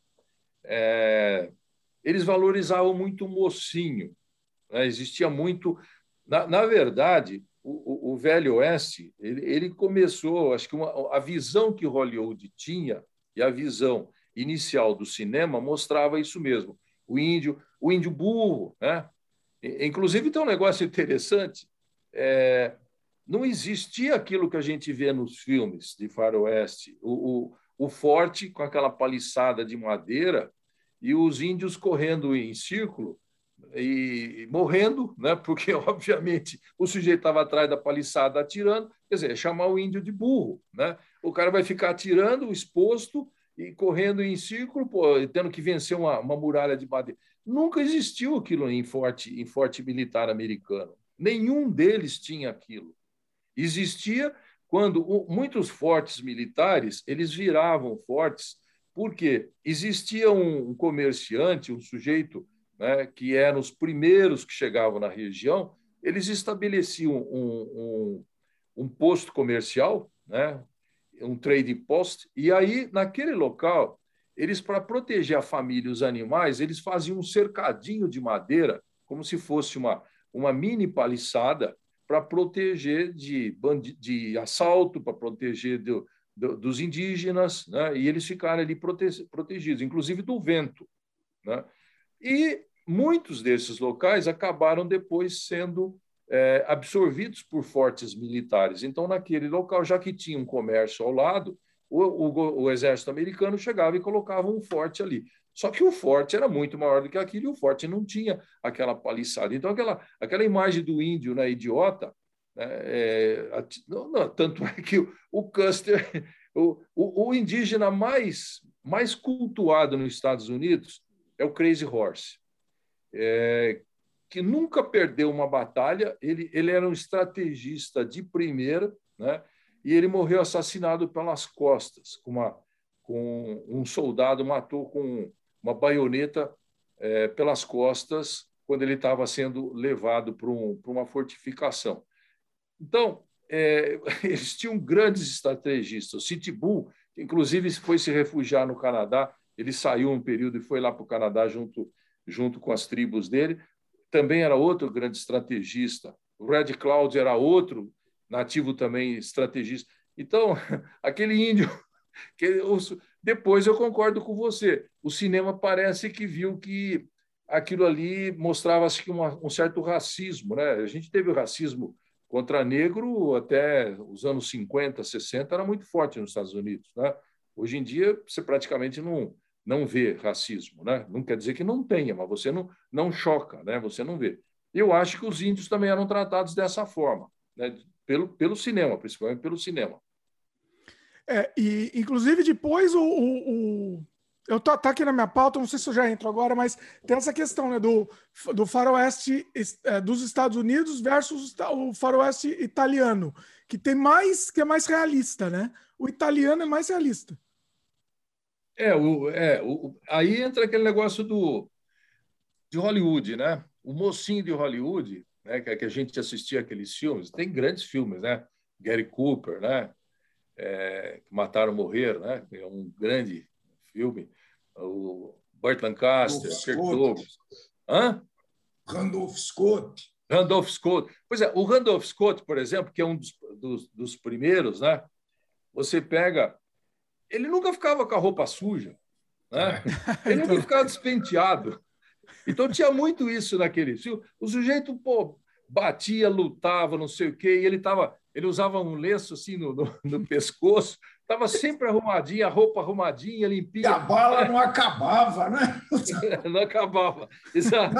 é, eles valorizavam muito o mocinho, né? Existia muito... Na, na verdade, o, o Velho Oeste, ele, ele começou, acho que uma, a visão que Hollywood tinha e a visão inicial do cinema mostrava isso mesmo. O índio, o índio burro, né? Inclusive, tem um negócio interessante, é, não existia aquilo que a gente vê nos filmes de faroeste, o, o, o forte com aquela paliçada de madeira e os índios correndo em círculo e morrendo, né? Porque, obviamente, o sujeito estava atrás da paliçada atirando, quer dizer, é chamar o índio de burro, né? O cara vai ficar atirando, exposto e correndo em círculo, pô, tendo que vencer uma, uma muralha de madeira. Nunca existiu aquilo em forte, em forte militar americano. Nenhum deles tinha aquilo. Existia quando muitos fortes militares eles viravam fortes porque existia um comerciante, um sujeito, né, que eram os primeiros que chegavam na região, eles estabeleciam um, um, um posto comercial, né, um trading post, e aí, naquele local, eles, para proteger a família e os animais, eles faziam um cercadinho de madeira, como se fosse uma, uma mini paliçada, para proteger de, de assalto, para proteger do, do, dos indígenas, né? E eles ficaram ali prote, protegidos, inclusive do vento, né? E muitos desses locais acabaram depois sendo é, absorvidos por fortes militares. Então, naquele local, já que tinha um comércio ao lado, o, o, o exército americano chegava e colocava um forte ali. Só que o forte era muito maior do que aquilo e o forte não tinha aquela paliçada. Então, aquela, aquela imagem do índio, né, idiota, né, é, não, não, tanto é que o, o Custer, o, o, o indígena mais, mais cultuado nos Estados Unidos é o Crazy Horse, é, que nunca perdeu uma batalha. Ele, ele era um estrategista de primeira, né, e ele morreu assassinado pelas costas, com, uma, com um soldado matou com uma baioneta é, pelas costas quando ele estava sendo levado para um, para uma fortificação. Então, é, eles tinham grandes estrategistas. O Sitting Bull, que inclusive foi se refugiar no Canadá, ele saiu um período e foi lá para o Canadá junto, junto com as tribos dele, também era outro grande estrategista. O Red Cloud era outro nativo também estrategista. Então, aquele índio... que depois eu concordo com você. O cinema parece que viu que aquilo ali mostrava acho que uma, um certo racismo, né? A gente teve o racismo contra negro até os anos cinquenta, sessenta, era muito forte nos Estados Unidos, né? Hoje em dia você praticamente não não vê racismo, né? Não quer dizer que não tenha, mas você não não choca, né? Você não vê. Eu acho que os índios também eram tratados dessa forma, né? Pelo pelo cinema, principalmente pelo cinema. É, e, inclusive, depois o. o, o eu tô tá aqui na minha pauta, não sei se eu já entro agora, mas tem essa questão, né, do, do faroeste é, dos Estados Unidos versus o faroeste italiano, que tem mais, que é mais realista, né? O italiano é mais realista. É, o, é o, aí entra aquele negócio do, de Hollywood, né? O mocinho de Hollywood, né, que, que a gente assistia aqueles filmes, tem grandes filmes, né? Gary Cooper, né? É, que Mataram Morrer, né? É um grande filme. O Burt Lancaster, Kirk Douglas. Hã? Randolph Scott. Randolph Scott. Pois é, o Randolph Scott, por exemplo, que é um dos, dos, dos primeiros, né? Você pega... Ele nunca ficava com a roupa suja, né? É. Ele nunca ficava despenteado. Então tinha muito isso naquele filme. O sujeito, pô, batia, lutava, não sei o quê, e ele tava, ele usava um lenço assim no, no, no pescoço, estava sempre arrumadinho, a roupa arrumadinha, limpinha. E a bala não acabava, né? Não acabava. Exato.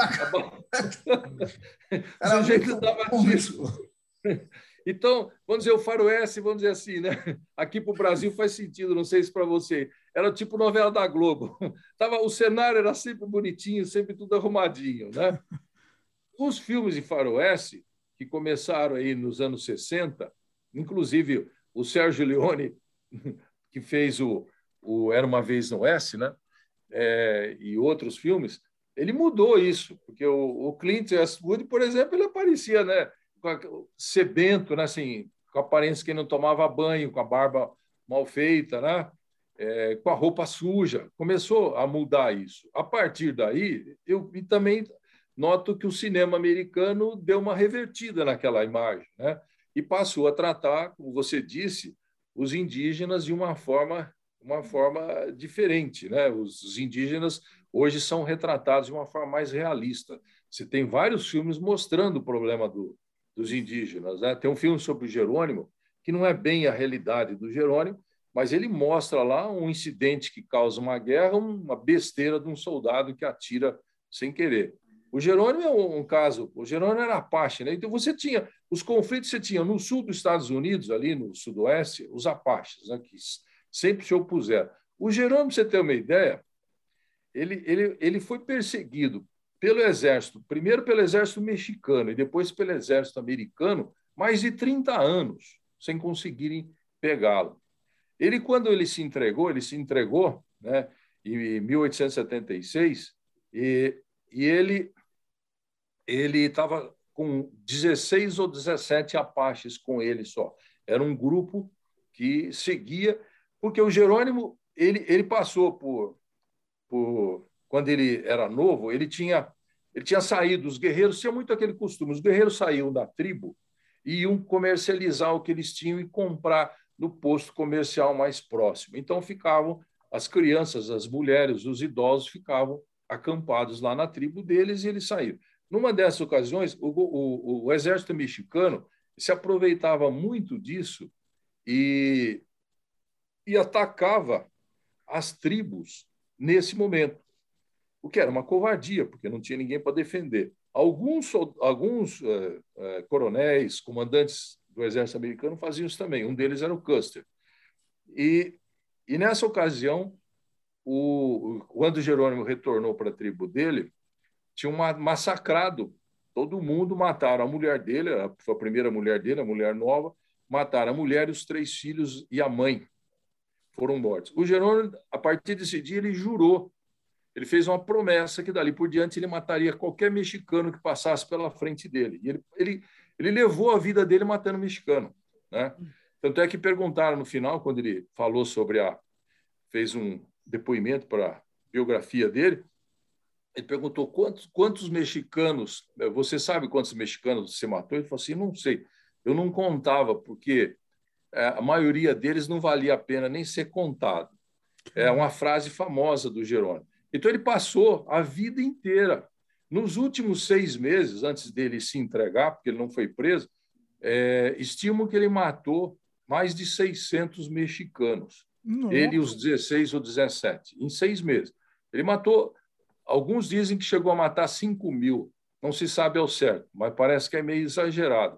O sujeito estava disso. Então, vamos dizer, o faroeste, vamos dizer assim, né? Aqui para o Brasil faz sentido, não sei se para você. Era tipo novela da Globo. Tava, o cenário era sempre bonitinho, sempre tudo arrumadinho, né? Os filmes de faroeste, que começaram aí nos anos sessenta, inclusive o Sérgio Leone, que fez o, o Era Uma Vez no Oeste, né? É, e outros filmes, ele mudou isso, porque o, o Clint Eastwood, por exemplo, ele aparecia, né? Sebento, né? Assim, com a aparência que não tomava banho, com a barba mal feita, né? É, com a roupa suja. Começou a mudar isso. A partir daí, eu e também noto que o cinema americano deu uma revertida naquela imagem, né? E passou a tratar, como você disse, os indígenas de uma forma, uma forma diferente, né? Os indígenas hoje são retratados de uma forma mais realista. Você tem vários filmes mostrando o problema do dos indígenas, né? Tem um filme sobre o Jerônimo, que não é bem a realidade do Jerônimo, mas ele mostra lá um incidente que causa uma guerra, uma besteira de um soldado que atira sem querer. O Jerônimo é um caso, o Jerônimo era Apache, né? Então você tinha, os conflitos você tinha no sul dos Estados Unidos, ali no sudoeste, os Apaches, né? Que sempre se opuseram. O Jerônimo, para você ter uma ideia, ele, ele, ele foi perseguido pelo exército, primeiro pelo exército mexicano e depois pelo exército americano, mais de trinta anos sem conseguirem pegá-lo. Ele, quando ele se entregou, ele se entregou, né, em mil oitocentos e setenta e seis, e, e ele ele estava com dezesseis ou dezessete apaches com ele só. Era um grupo que seguia, porque o Jerônimo ele, ele passou por, por... Quando ele era novo, ele tinha, ele tinha saído, os guerreiros tinham muito aquele costume, os guerreiros saíam da tribo e iam comercializar o que eles tinham e comprar no posto comercial mais próximo. Então, ficavam as crianças, as mulheres, os idosos ficavam acampados lá na tribo deles e eles saíram. Numa dessas ocasiões, o, o, o exército mexicano se aproveitava muito disso e, e atacava as tribos nesse momento, o que era uma covardia, porque não tinha ninguém para defender. Alguns, alguns uh, uh, coronéis, comandantes do exército americano faziam isso também. Um deles era o Custer. E, e nessa ocasião, o, quando Jerônimo retornou para a tribo dele, tinham massacrado todo mundo, mataram a mulher dele, foi a primeira mulher dele, a mulher nova, mataram a mulher, os três filhos e a mãe foram mortos. O Jerônimo, a partir desse dia, ele jurou, ele fez uma promessa que dali por diante ele mataria qualquer mexicano que passasse pela frente dele. E ele, ele, ele levou a vida dele matando mexicano, né? Tanto é que perguntaram no final, quando ele falou sobre a... fez um depoimento para a biografia dele, ele perguntou quantos, quantos mexicanos, você sabe quantos mexicanos você matou? Ele falou assim, não sei, eu não contava, porque a maioria deles não valia a pena nem ser contado. É uma frase famosa do Jerônimo. Então, ele passou a vida inteira. Nos últimos seis meses, antes dele se entregar, porque ele não foi preso, é, estimam que ele matou mais de seiscentos mexicanos. Nossa. Ele e os dezesseis ou dezessete, em seis meses. Ele matou... Alguns dizem que chegou a matar cinco mil, não se sabe ao certo, mas parece que é meio exagerado.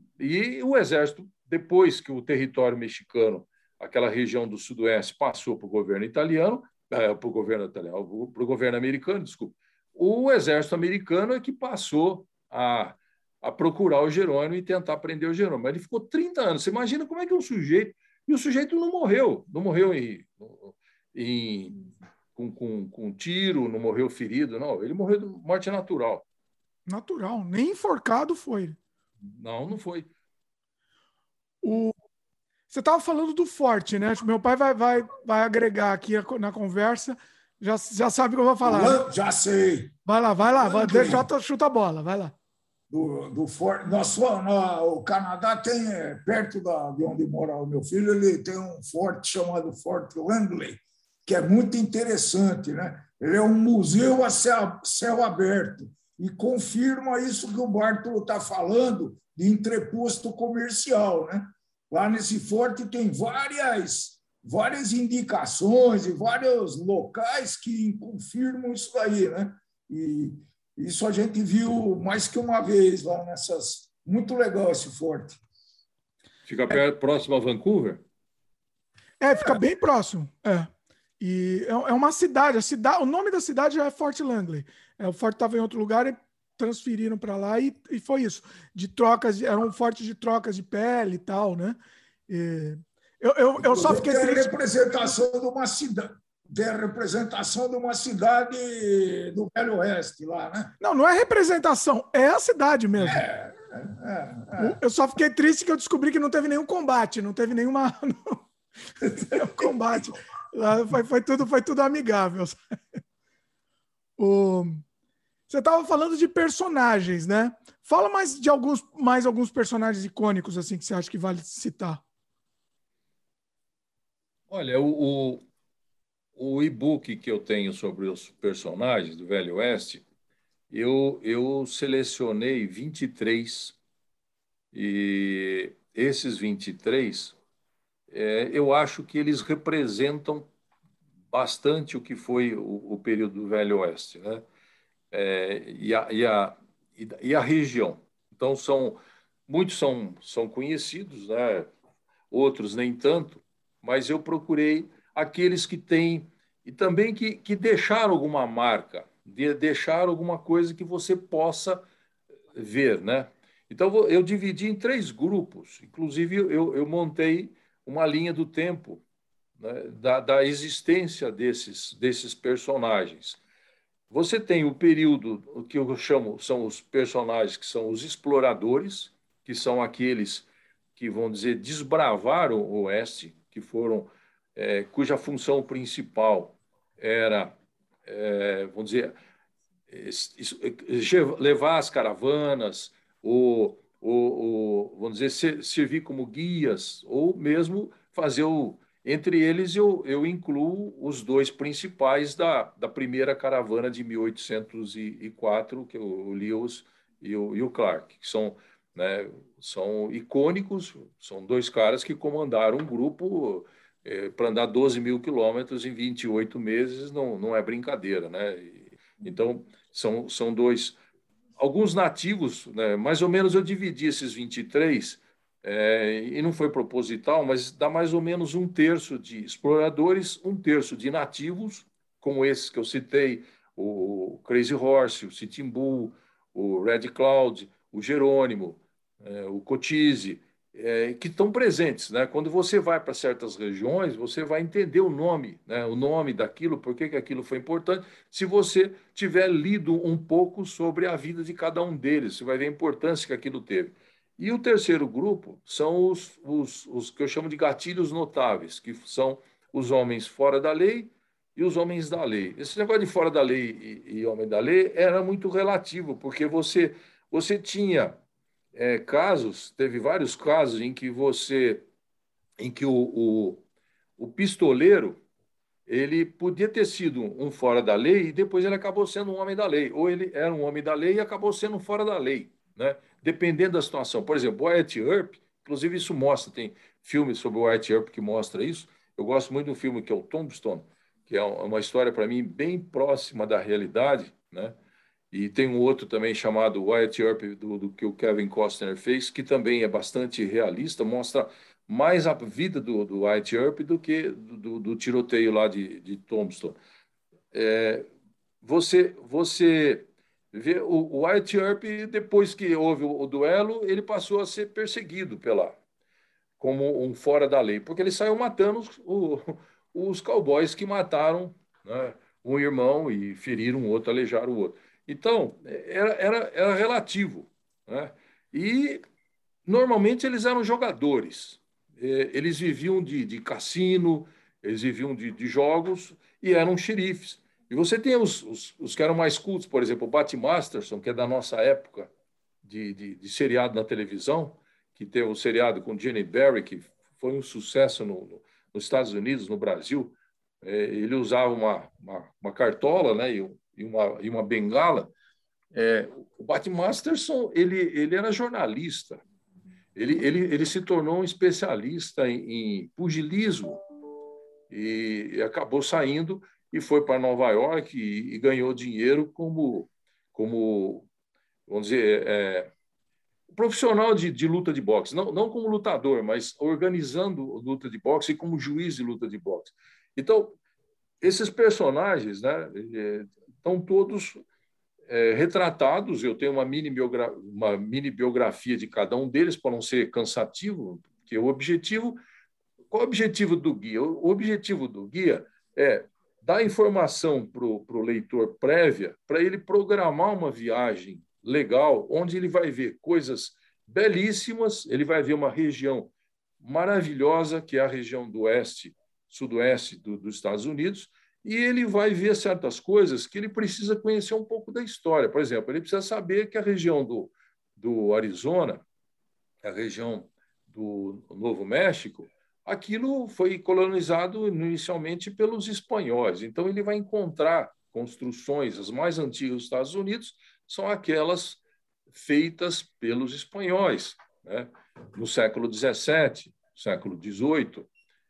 E o exército, depois que o território mexicano, aquela região do sudoeste, passou para o governo italiano, é, para o governo italiano, para o governo americano, desculpa, o exército americano é que passou a, a procurar o Jerônimo e tentar prender o Jerônimo. Mas ele ficou trinta anos. Você imagina como é que um sujeito... E o sujeito não morreu, não morreu em... em Com, com, com um tiro, não morreu ferido, não. Ele morreu de morte natural. Natural, nem enforcado foi. Não, não foi. O... Você estava falando do forte, né? Meu pai vai, vai, vai agregar aqui na conversa. Já, já sabe o que eu vou falar. Né? Já sei. Vai lá, vai lá. Vai, deixa, chuta a bola, vai lá. Do, do forte. Nosso, no, o Canadá tem, perto da, de onde mora o meu filho, ele tem um forte chamado Forte Langley, que é muito interessante, né? Ele é um museu a céu, céu aberto e confirma isso que o Bartolo está falando de entreposto comercial, né? Lá nesse forte tem várias, várias indicações e vários locais que confirmam isso daí, né? E isso a gente viu mais que uma vez lá nessas... Muito legal esse forte. Fica perto, próximo a Vancouver? É, fica é. bem próximo, é. E é uma cidade, a cidade, o nome da cidade já é Fort Langley. É, o forte estava em outro lugar e transferiram para lá e, e foi isso. De trocas, era um forte de trocas de pele e tal, né? E eu, eu, eu só fiquei tem triste. A representação de uma cidade, tem a representação de uma cidade do Velho Oeste lá, né? Não, não é representação, é a cidade mesmo. É, é, é. Eu só fiquei triste que eu descobri que não teve nenhum combate, não teve nenhuma nenhum combate. Foi, foi, tudo, foi tudo amigável. O... Você estava falando de personagens, né? Fala mais de alguns, mais alguns personagens icônicos assim que você acha que vale citar. Olha, o, o, o e-book que eu tenho sobre os personagens do Velho Oeste, eu, eu selecionei vinte e três, e esses vinte e três, é, eu acho que eles representam bastante o que foi o, o período do Velho Oeste, né? É, e, a, e, a, e a região. Então, são, muitos são, são conhecidos, né? Outros nem tanto, mas eu procurei aqueles que têm, e também que, que deixaram alguma marca de deixar alguma coisa que você possa ver, né? Então, eu dividi em três grupos. Inclusive, eu, eu montei uma linha do tempo, né, da, da existência desses, desses personagens. Você tem o período o que eu chamo, são os personagens que são os exploradores, que são aqueles que, vão dizer, desbravaram o Oeste, que foram, é, cuja função principal era, é, vamos dizer, levar as caravanas, ou, ou, ou vamos dizer, servir como guias, ou mesmo fazer o. Entre eles, eu, eu incluo os dois principais da, da primeira caravana de mil oitocentos e quatro, que é o Lewis e o, e o Clark, que são, né, são icônicos, são dois caras que comandaram um grupo é, para andar doze mil quilômetros em vinte e oito meses, não, não é brincadeira, né? E, então, são, são dois. Alguns nativos, né, mais ou menos eu dividi esses vinte e três, é, e não foi proposital, mas dá mais ou menos um terço de exploradores, um terço de nativos, como esses que eu citei, o Crazy Horse, o Sitting Bull, o Red Cloud, o Jerônimo, é, o Cochise, é, que estão presentes, né? Quando você vai para certas regiões, você vai entender o nome, né? O nome daquilo, por que que aquilo foi importante. Se você tiver lido um pouco sobre a vida de cada um deles, você vai ver a importância que aquilo teve. E o terceiro grupo são os, os, os que eu chamo de gatilhos notáveis, que são os homens fora da lei e os homens da lei. Esse negócio de fora da lei e, e homem da lei era muito relativo, porque você, você tinha é, casos, teve vários casos em que você, em que o, o, o pistoleiro ele podia ter sido um fora da lei e depois ele acabou sendo um homem da lei, ou ele era um homem da lei e acabou sendo um fora da lei, né? Dependendo da situação. Por exemplo, Wyatt Earp, inclusive isso mostra, tem filmes sobre o Wyatt Earp que mostra isso. Eu gosto muito de um filme que é o Tombstone, que é uma história para mim bem próxima da realidade, né? E tem um outro também chamado Wyatt Earp, do, do que o Kevin Costner fez, que também é bastante realista, mostra mais a vida do, do Wyatt Earp do que do, do tiroteio lá de, de Tombstone. É, você, você vê o, o Wyatt Earp, depois que houve o, o duelo, ele passou a ser perseguido pela, como um fora da lei, porque ele saiu matando os, o, os cowboys que mataram, né, um irmão e feriram um outro, aleijaram o outro. Então, era, era, era relativo, né? E normalmente eles eram jogadores. Eles viviam de, de cassino, eles viviam de, de jogos e eram xerifes. E você tem os, os, os que eram mais cultos, por exemplo, o Bat Masterson, que é da nossa época de, de, de seriado na televisão, que teve um seriado com Jenny Berry, que foi um sucesso no, no, nos Estados Unidos, no Brasil. É, ele usava uma, uma, uma cartola, né, e, e, uma, e uma bengala. É, o Bat Masterson ele, ele era jornalista. Ele, ele, ele se tornou um especialista em, em pugilismo e, e acabou saindo e foi para Nova York e, e ganhou dinheiro como, como vamos dizer, é, profissional de, de luta de boxe. Não, não como lutador, mas organizando luta de boxe e como juiz de luta de boxe. Então, esses personagens, né, estão todos é, retratados. Eu tenho uma mini, biogra uma mini biografia de cada um deles para não ser cansativo, porque o objetivo... Qual é o objetivo do guia? O objetivo do guia é dar informação para o leitor prévia para ele programar uma viagem legal, onde ele vai ver coisas belíssimas, ele vai ver uma região maravilhosa, que é a região do oeste, sudoeste do, dos Estados Unidos, e ele vai ver certas coisas que ele precisa conhecer um pouco da história. Por exemplo, ele precisa saber que a região do, do Arizona, a região do Novo México, aquilo foi colonizado inicialmente pelos espanhóis. Então, ele vai encontrar construções, as mais antigas dos Estados Unidos, são aquelas feitas pelos espanhóis, né? No século dezessete, século dezoito.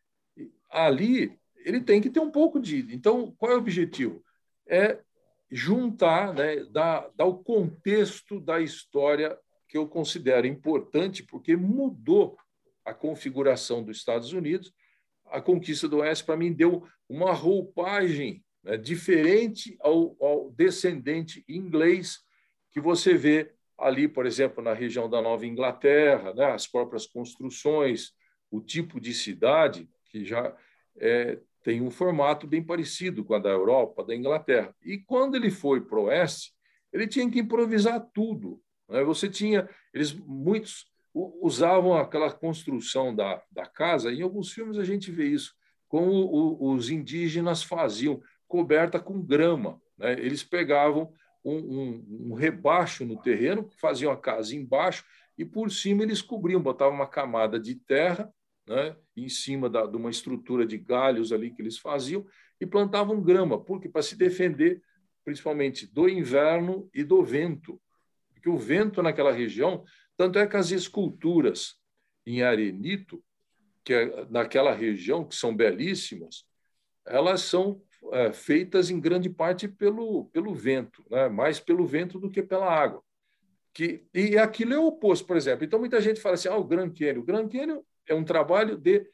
Ali, ele tem que ter um pouco de... Então, qual é o objetivo? É juntar, né, dar, dar o contexto da história que eu considero importante, porque mudou a configuração dos Estados Unidos. A conquista do Oeste, para mim, deu uma roupagem né? Diferente ao, ao descendente inglês que você vê ali, por exemplo, na região da Nova Inglaterra, né? As próprias construções, o tipo de cidade que já é, tem um formato bem parecido com a da Europa, da Inglaterra. E quando ele foi para o oeste, ele tinha que improvisar tudo, né? Você tinha, eles muitos usavam aquela construção da, da casa. Em alguns filmes a gente vê isso, como o, os indígenas faziam, coberta com grama, né? Eles pegavam um, um, um rebaixo no terreno, faziam a casa embaixo e por cima eles cobriam, botavam uma camada de terra, né, em cima da, de uma estrutura de galhos ali que eles faziam e plantavam grama, porque para se defender principalmente do inverno e do vento, porque o vento naquela região, tanto é que as esculturas em arenito, que é naquela região, que são belíssimas, elas são é, feitas em grande parte pelo, pelo vento, né, mais pelo vento do que pela água. Que, e aquilo é o oposto, por exemplo. Então, muita gente fala assim, ah, o Grand Canyon. O Grand Canyon é um trabalho de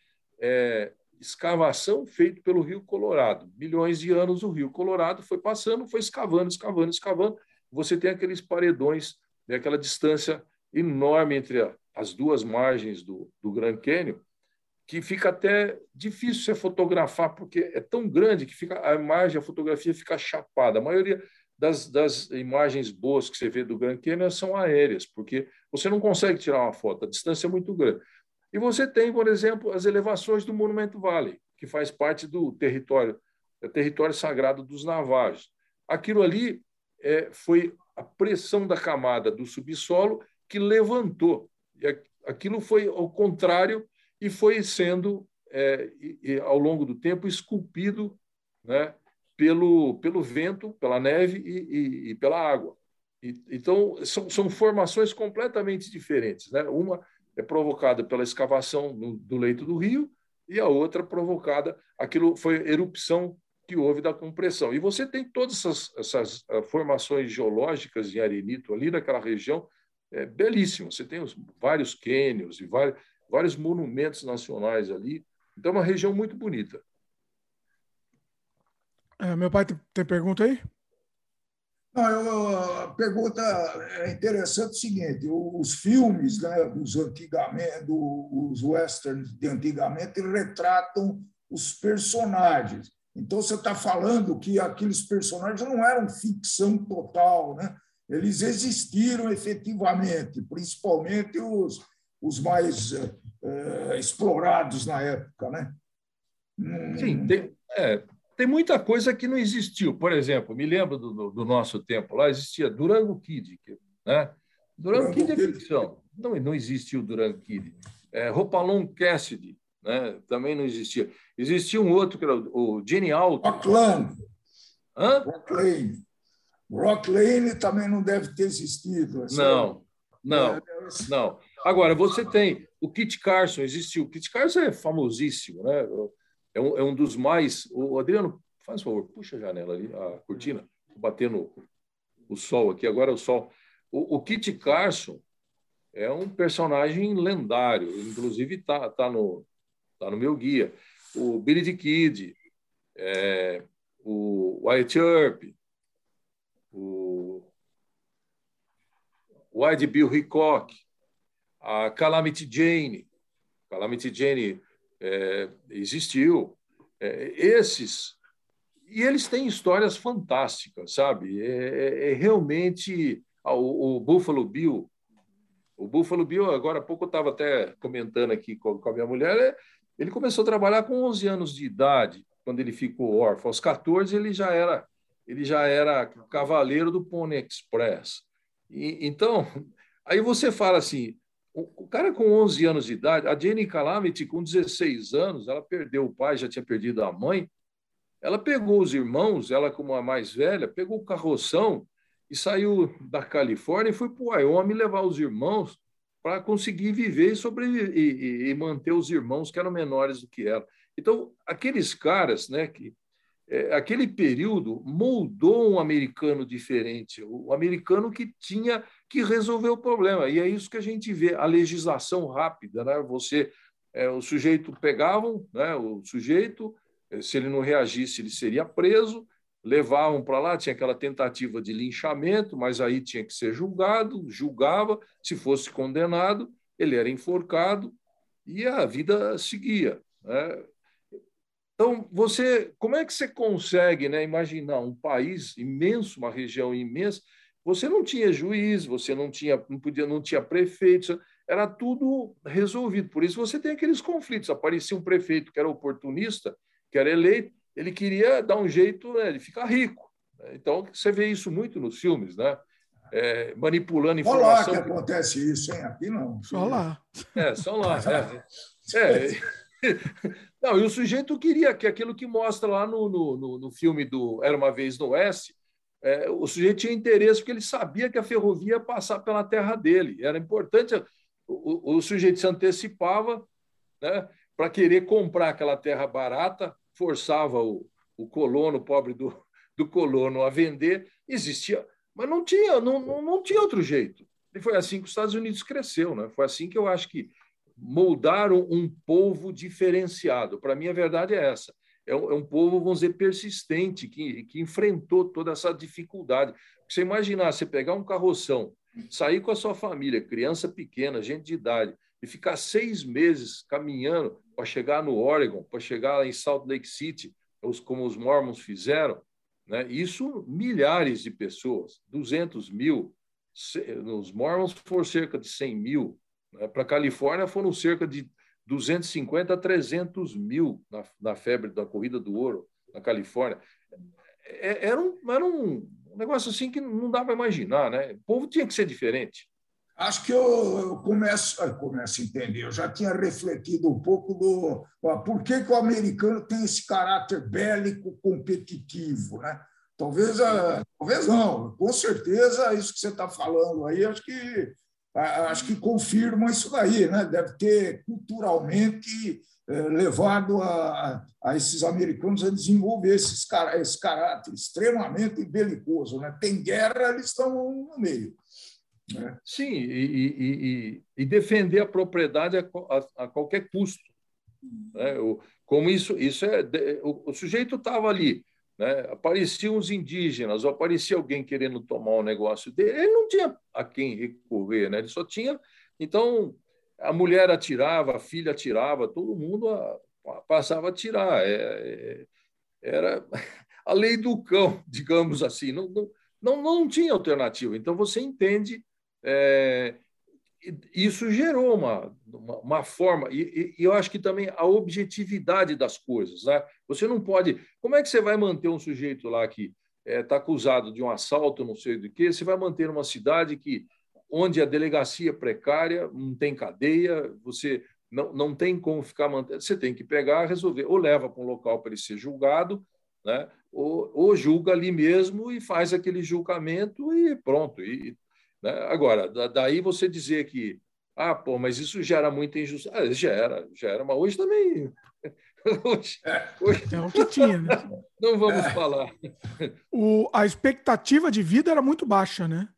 é, escavação feito pelo Rio Colorado. Milhões de anos o Rio Colorado foi passando, foi escavando, escavando, escavando. Você tem aqueles paredões, né, aquela distância enorme entre a, as duas margens do, do Grand Canyon, que fica até difícil você fotografar, porque é tão grande que fica, a imagem, a fotografia fica chapada. A maioria das, das imagens boas que você vê do Grand Canyon são aéreas, porque você não consegue tirar uma foto, a distância é muito grande. E você tem, por exemplo, as elevações do Monument Valley, que faz parte do território, é território sagrado dos Navajos. Aquilo ali é, foi a pressão da camada do subsolo que levantou. E aquilo foi ao contrário e foi sendo, é, e, e, ao longo do tempo, esculpido, né, pelo, pelo vento, pela neve e, e, e pela água. E, então, são, são formações completamente diferentes, né? Uma é provocada pela escavação no, do leito do rio e a outra provocada, aquilo foi erupção que houve da compressão. E você tem todas essas, essas formações geológicas de arenito ali naquela região, é belíssimo. Você tem os, vários cânions e vários, vários monumentos nacionais ali. Então, é uma região muito bonita. É, meu pai tem, tem pergunta aí? Não, eu, a pergunta é interessante o seguinte, os filmes, né, dos antigamente, os westerns de antigamente retratam os personagens. Então, você está falando que aqueles personagens não eram ficção total, né? Eles existiram efetivamente, principalmente os, os mais é, explorados na época, né? Sim, tem, é, tem muita coisa que não existiu. Por exemplo, me lembro do, do nosso tempo, lá existia Durango Kid, né? Durango, Durango Kid é ficção, não, não existiu Durango Kid. É, Hopalong Cassidy, né? Também não existia. Existia um outro, que era o Gene Alton. Rock Lane. Hã? Rock Lane. Rock Lane também não deve ter existido. Essa... Não, não, é... não. Agora, você tem o Kit Carson, existiu. O Kit Carson é famosíssimo, né? É um, é um dos mais... O Adriano, faz favor, puxa a janela ali, a cortina, batendo o sol aqui, agora é o sol. O, o Kit Carson é um personagem lendário, inclusive está tá no, tá no meu guia. O Billy the Kid, é, o Wyatt Earp, o Wild Bill Hickok, a Calamity Jane. Calamity Jane é, existiu. É, esses... E eles têm histórias fantásticas, sabe? É, é realmente... Ah, o, o Buffalo Bill... O Buffalo Bill, agora há pouco eu estava até comentando aqui com, com a minha mulher, ele começou a trabalhar com onze anos de idade, quando ele ficou órfão. Aos catorze, ele já era... ele já era cavaleiro do Pony Express. E, então, aí você fala assim, o, o cara com onze anos de idade, a Jane Calamity, com dezesseis anos, ela perdeu o pai, já tinha perdido a mãe, ela pegou os irmãos, ela como a mais velha, pegou o carroção e saiu da Califórnia e foi para o Wyoming levar os irmãos para conseguir viver e sobreviver, e, e, e manter os irmãos que eram menores do que ela. Então, aqueles caras, né, que É, aquele período moldou um americano diferente, o americano que tinha que resolver o problema. E é isso que a gente vê, a legislação rápida, né? Você, é, o sujeito pegavam, né? O sujeito, se ele não reagisse, ele seria preso, levavam para lá, tinha aquela tentativa de linchamento, mas aí tinha que ser julgado, julgava, se fosse condenado, ele era enforcado e a vida seguia, né? Então, você, como é que você consegue, né, imaginar um país imenso, uma região imensa? Você não tinha juiz, você não tinha, não podia, não tinha prefeito, era tudo resolvido. Por isso você tem aqueles conflitos. Aparecia um prefeito que era oportunista, que era eleito, ele queria dar um jeito, né, de ficar rico. Então, você vê isso muito nos filmes, né? É, manipulando informação. Só lá que acontece isso, hein? Aqui não. Só lá. É, só lá. É. É. Não, e o sujeito queria que aquilo que mostra lá no, no, no filme do Era Uma Vez no Oeste, é, o sujeito tinha interesse porque ele sabia que a ferrovia ia passar pela terra dele. Era importante, o, o, o sujeito se antecipava, né, para querer comprar aquela terra barata, forçava o, o colono, o pobre do, do colono, a vender. Existia, mas não tinha, não, não, não tinha outro jeito. E foi assim que os Estados Unidos cresceu, né? Foi assim que eu acho que moldaram um povo diferenciado. Para mim, a verdade é essa. É um, é um povo, vamos dizer, persistente, que, que enfrentou toda essa dificuldade. Você imaginar, você pegar um carroção, sair com a sua família, criança pequena, gente de idade, e ficar seis meses caminhando para chegar no Oregon, para chegar em Salt Lake City, como os Mormons fizeram, né? Isso, milhares de pessoas, duzentos mil. Nos Mormons foram cerca de cem mil. Para a Califórnia foram cerca de duzentos e cinquenta a trezentos mil na, na febre da corrida do ouro na Califórnia. É, era um, era um negócio assim que não dá para imaginar, né? O povo tinha que ser diferente. Acho que eu, eu começo, eu começo a entender. Eu já tinha refletido um pouco do ó, por que, que o americano tem esse caráter bélico competitivo, né? Talvez, talvez não, com certeza isso que você está falando aí, acho que acho que confirma isso daí, né? Deve ter culturalmente levado a, a esses americanos a desenvolver esses, esse caráter extremamente belicoso, né? Tem guerra, eles estão no meio. Né? Sim, e, e, e defender a propriedade a, a, a qualquer custo. Né? O, como isso, isso é, o, o sujeito estava ali. Né? Apareciam os indígenas, ou aparecia alguém querendo tomar o negócio dele, ele não tinha a quem recorrer, né? Ele só tinha. Então, a mulher atirava, a filha atirava, todo mundo a, a, passava a atirar. É, é, era a lei do cão, digamos assim. Não, não, não, não tinha alternativa. Então, você entende. É, isso gerou uma, uma, uma forma, e, e eu acho que também a objetividade das coisas. Né? Você não pode. Como é que você vai manter um sujeito lá que está é, acusado de um assalto, não sei do que? Você vai manter uma cidade que, onde a delegacia é precária, não tem cadeia, você não, não tem como ficar mantendo. Você tem que pegar, resolver, ou leva para um local para ele ser julgado, né? ou, ou julga ali mesmo e faz aquele julgamento e pronto. E, Né? Agora, daí você dizer que, ah, pô, mas isso gera muita injustiça. Ah, gera, gera, mas hoje também. Hoje, hoje... É o que tinha, né? Não vamos é. falar. O, a expectativa de vida era muito baixa, né?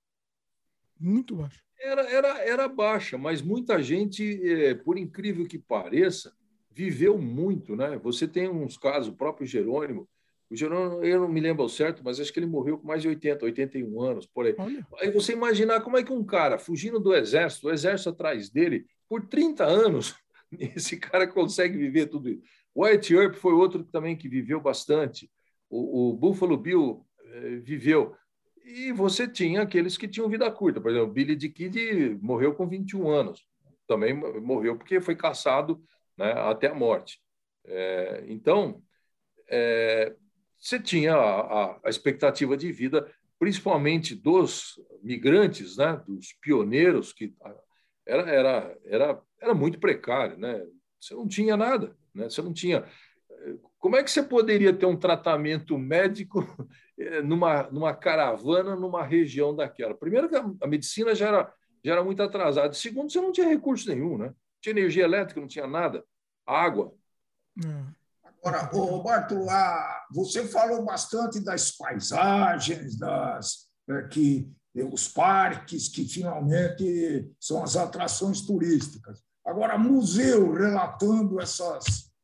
Muito baixa. Era, era, era baixa, mas muita gente, por incrível que pareça, viveu muito, né? Você tem uns casos, o próprio Jerônimo. O Jerônimo, eu não me lembro ao certo, mas acho que ele morreu com mais de oitenta, oitenta e um anos, por aí. Olha. Aí você imaginar como é que um cara, fugindo do exército, o exército atrás dele, por trinta anos, esse cara consegue viver tudo isso. O Wyatt Earp foi outro também que viveu bastante. O, o Buffalo Bill eh, viveu. E você tinha aqueles que tinham vida curta. Por exemplo, o Billy the Kid morreu com vinte e um anos. Também morreu porque foi caçado, né, até a morte. É, então... É, você tinha a, a, a expectativa de vida, principalmente dos migrantes, né, dos pioneiros, que era, era, era, era muito precário. Né? Você não tinha nada. Né? Você não tinha... Como é que você poderia ter um tratamento médico numa, numa caravana, numa região daquela? Primeiro que a, a medicina já era, já era muito atrasada. Segundo, você não tinha recurso nenhum. Né? Não tinha energia elétrica, não tinha nada. Água. Hum. Agora, Roberto, você falou bastante das paisagens, das, que, os parques, que finalmente são as atrações turísticas. Agora, museu relatando essas,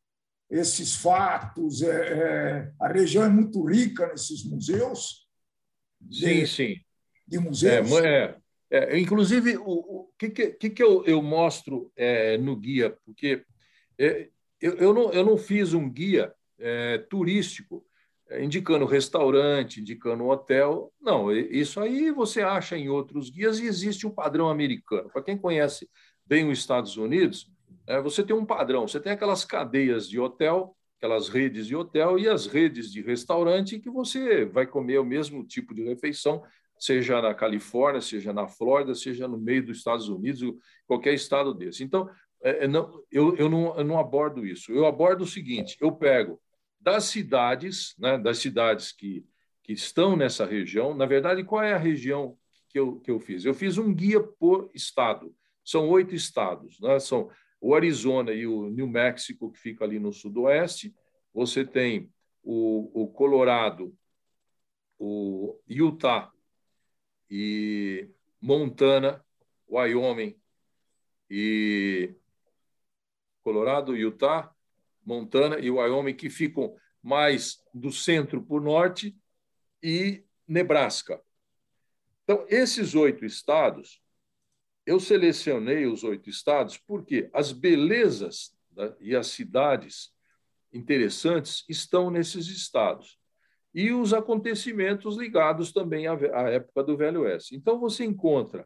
esses fatos. É, é, a região é muito rica nesses museus. De, sim, sim. De museus. É, é, é, inclusive, o, o que, que, que eu, eu mostro é, no guia? Porque é, eu, eu, não, eu não fiz um guia é, turístico é, indicando restaurante, indicando hotel. Não, isso aí você acha em outros guias e existe um padrão americano. Para quem conhece bem os Estados Unidos, é, você tem um padrão. Você tem aquelas cadeias de hotel, aquelas redes de hotel e as redes de restaurante que você vai comer o mesmo tipo de refeição, seja na Califórnia, seja na Flórida, seja no meio dos Estados Unidos, qualquer estado desse. Então, é, não, eu, eu, não, eu não abordo isso. Eu abordo o seguinte, eu pego das cidades, né, das cidades que, que estão nessa região, na verdade, qual é a região que eu, que eu fiz? Eu fiz um guia por estado. São oito estados, né? São o Arizona e o New Mexico, que fica ali no sudoeste. Você tem o, o Colorado, o Utah e Montana, Wyoming e Colorado, Utah, Montana e Wyoming, que ficam mais do centro para o norte, e Nebraska. Então, esses oito estados, eu selecionei os oito estados porque as belezas, né, e as cidades interessantes estão nesses estados. E os acontecimentos ligados também à, à época do Velho Oeste. Então, você encontra,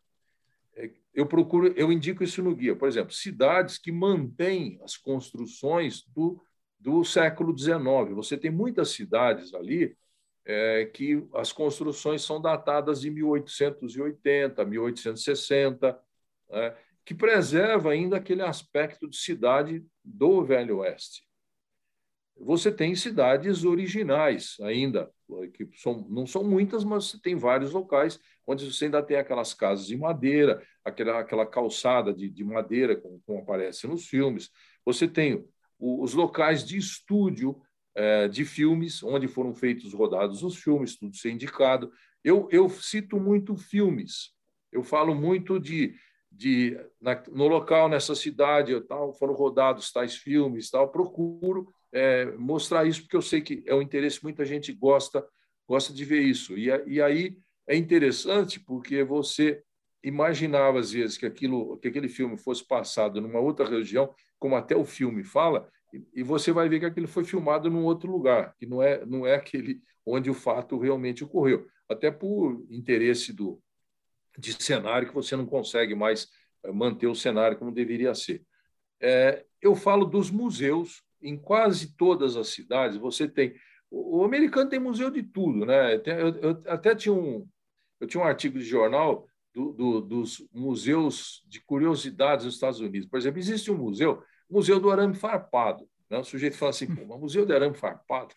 eu procuro, eu indico isso no guia, por exemplo, cidades que mantêm as construções do, do século dezenove. Você tem muitas cidades ali é, que as construções são datadas de mil oitocentos e oitenta, mil oitocentos e sessenta, né, que preserva ainda aquele aspecto de cidade do Velho Oeste. Você tem cidades originais ainda, que são, não são muitas, mas tem vários locais onde você ainda tem aquelas casas de madeira, aquela, aquela calçada de, de madeira, como, como aparece nos filmes. Você tem o, os locais de estúdio é, de filmes, onde foram feitos, rodados os filmes, tudo ser indicado. Eu, eu cito muito filmes, eu falo muito de... de na, no local, nessa cidade, tal, foram rodados tais filmes, tal, procuro É, mostrar isso, porque eu sei que é um interesse, muita gente gosta, gosta de ver isso. E, e aí é interessante porque você imaginava, às vezes, que, aquilo, que aquele filme fosse passado numa outra região, como até o filme fala, e, e você vai ver que aquilo foi filmado num outro lugar, que não é, não é aquele onde o fato realmente ocorreu. Até por interesse do, de cenário, que você não consegue mais manter o cenário como deveria ser. É, eu falo dos museus. Em quase todas as cidades você tem... O, o americano tem museu de tudo, né? Tem, eu, eu até tinha um, eu tinha um artigo de jornal do, do, dos museus de curiosidades nos Estados Unidos. Por exemplo, existe um museu, o Museu do Arame Farpado. Né? O sujeito fala assim, pô, mas museu do arame farpado?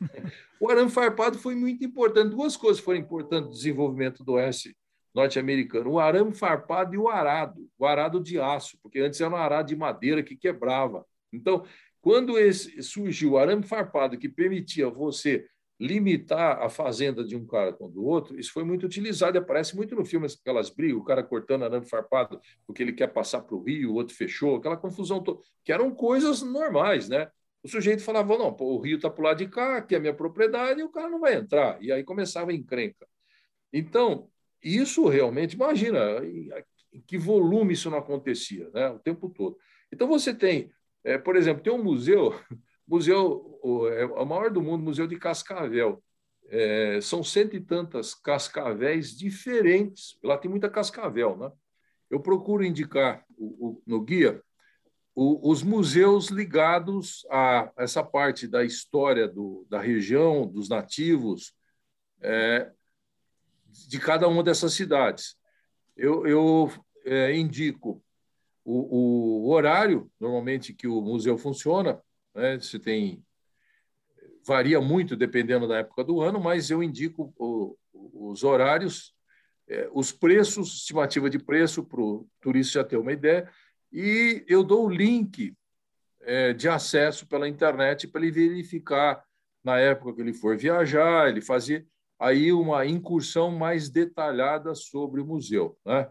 O arame farpado foi muito importante. Duas coisas foram importantes no desenvolvimento do oeste norte-americano: o arame farpado e o arado, o arado de aço, porque antes era um arado de madeira que quebrava. Então, quando esse, surgiu o arame farpado, que permitia você limitar a fazenda de um cara com do outro, isso foi muito utilizado e aparece muito no filme, aquelas brigas, o cara cortando arame farpado porque ele quer passar para o rio, o outro fechou, aquela confusão toda, que eram coisas normais, né? O sujeito falava, não, pô, o rio está para o lado de cá, aqui é a minha propriedade, e o cara não vai entrar. E aí começava a encrenca. Então, isso realmente, imagina em que volume isso não acontecia, né? O tempo todo. Então, você tem... É, por exemplo, tem um museu, museu o, é o maior do mundo, Museu de Cascavel. É, são cento e tantas cascavéis diferentes. Lá tem muita cascavel, né? Eu procuro indicar o, o, no guia o, os museus ligados a essa parte da história do, da região, dos nativos, é, de cada uma dessas cidades. Eu, eu é, indico O, o horário, normalmente, que o museu funciona, né? Você tem, varia muito dependendo da época do ano, mas eu indico o, os horários, é, os preços, estimativa de preço para o turista já ter uma ideia, e eu dou o link é, de acesso pela internet para ele verificar, na época que ele for viajar, ele fazer aí uma incursão mais detalhada sobre o museu, né?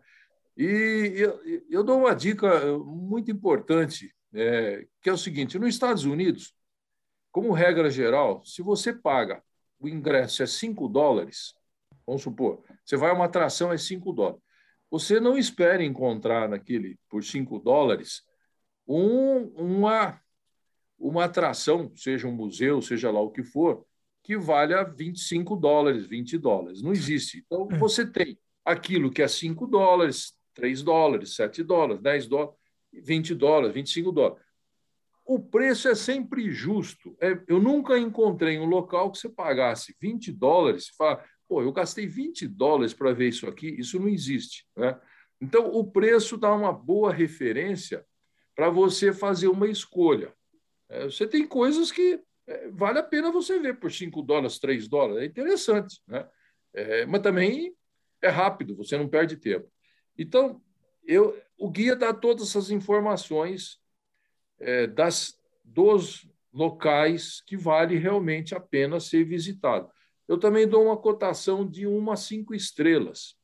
E eu, eu dou uma dica muito importante, é, que é o seguinte: nos Estados Unidos, como regra geral, se você paga, o ingresso é cinco dólares, vamos supor, você vai a uma atração, é cinco dólares. Você não espere encontrar naquele, por cinco dólares, um, uma, uma atração, seja um museu, seja lá o que for, que valha vinte e cinco dólares, vinte dólares. Não existe. Então, você tem aquilo que é cinco dólares, três dólares, sete dólares, dez dólares, vinte dólares, vinte e cinco dólares. O preço é sempre justo. É, eu nunca encontrei um local que você pagasse vinte dólares e fala, pô, eu gastei vinte dólares para ver isso aqui. Isso não existe, né? Então, o preço dá uma boa referência para você fazer uma escolha. É, você tem coisas que é, vale a pena você ver por cinco dólares, três dólares. É interessante, né? É, mas também é rápido, você não perde tempo. Então, eu, o guia dá todas essas informações é, das, dos locais que vale realmente a pena ser visitado. Eu também dou uma cotação de uma a cinco estrelas.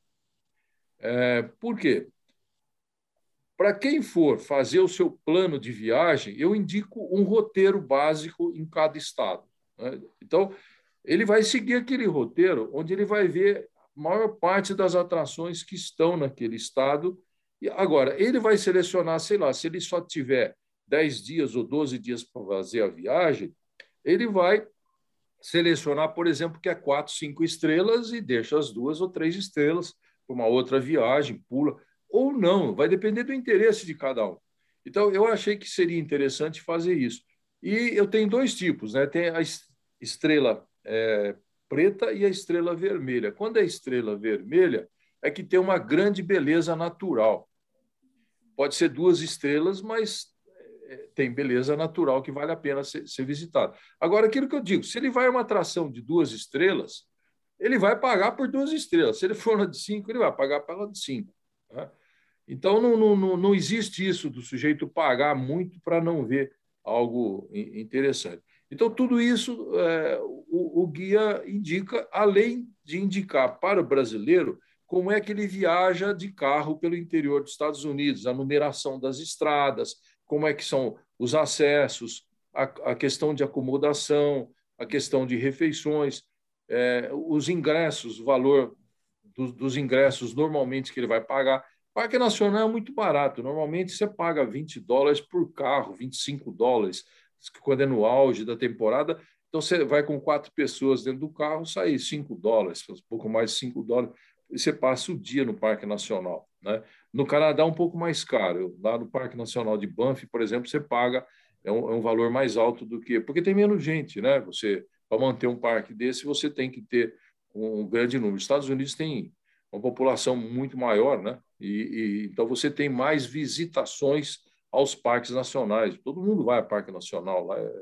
É, por quê? Para quem for fazer o seu plano de viagem, eu indico um roteiro básico em cada estado, né? Então, ele vai seguir aquele roteiro onde ele vai ver a maior parte das atrações que estão naquele estado. E agora, ele vai selecionar, sei lá, se ele só tiver dez dias ou doze dias para fazer a viagem, ele vai selecionar, por exemplo, que é quatro, cinco estrelas e deixa as duas ou três estrelas para uma outra viagem, pula. Ou não, vai depender do interesse de cada um. Então, eu achei que seria interessante fazer isso. E eu tenho dois tipos, né? Tem a estrela é, preta e a estrela vermelha. Quando é estrela vermelha, é que tem uma grande beleza natural. Pode ser duas estrelas, mas tem beleza natural que vale a pena ser, ser visitado. Agora, aquilo que eu digo, se ele vai a uma atração de duas estrelas, ele vai pagar por duas estrelas. Se ele for na de cinco, ele vai pagar pela de cinco. Né? Então, não, não, não existe isso do sujeito pagar muito para não ver algo interessante. Então, tudo isso é, o, o guia indica, além de indicar para o brasileiro como é que ele viaja de carro pelo interior dos Estados Unidos, a numeração das estradas, como é que são os acessos, a, a questão de acomodação, a questão de refeições, é, os ingressos, o valor dos, dos ingressos normalmente que ele vai pagar. Parque Nacional é muito barato. Normalmente você paga vinte dólares por carro, vinte e cinco dólares, quando é no auge da temporada. Então você vai com quatro pessoas dentro do carro, sai cinco dólares, um pouco mais de cinco dólares, e você passa o dia no Parque Nacional, né? No Canadá é um pouco mais caro. Lá no Parque Nacional de Banff, por exemplo, você paga é um, é um valor mais alto do que... Porque tem menos gente, né? Você, para manter um parque desse, você tem que ter um grande número. Os Estados Unidos têm uma população muito maior, né? E, e, então você tem mais visitações aos parques nacionais. Todo mundo vai ao Parque Nacional, lá é,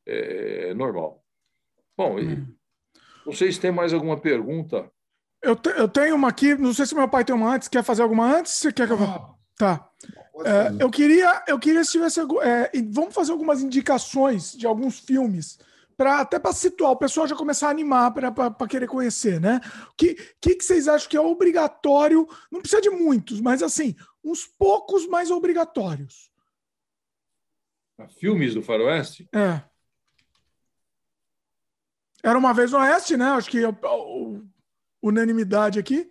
é, é normal. Bom, hum. Não sei se tem mais alguma pergunta. Eu, te, eu tenho uma aqui, não sei se meu pai tem uma antes. Quer fazer alguma antes? Você quer que eu... Ah, tá. É, eu queria, eu queria se tivesse. É, vamos fazer algumas indicações de alguns filmes. Pra, até para situar, o pessoal já começar a animar para querer conhecer, né? O que, que, que vocês acham que é obrigatório? Não precisa de muitos, mas assim, uns poucos mais obrigatórios. Filmes do Faroeste? É. Era uma vez no Oeste, né? Acho que a, a, a unanimidade aqui.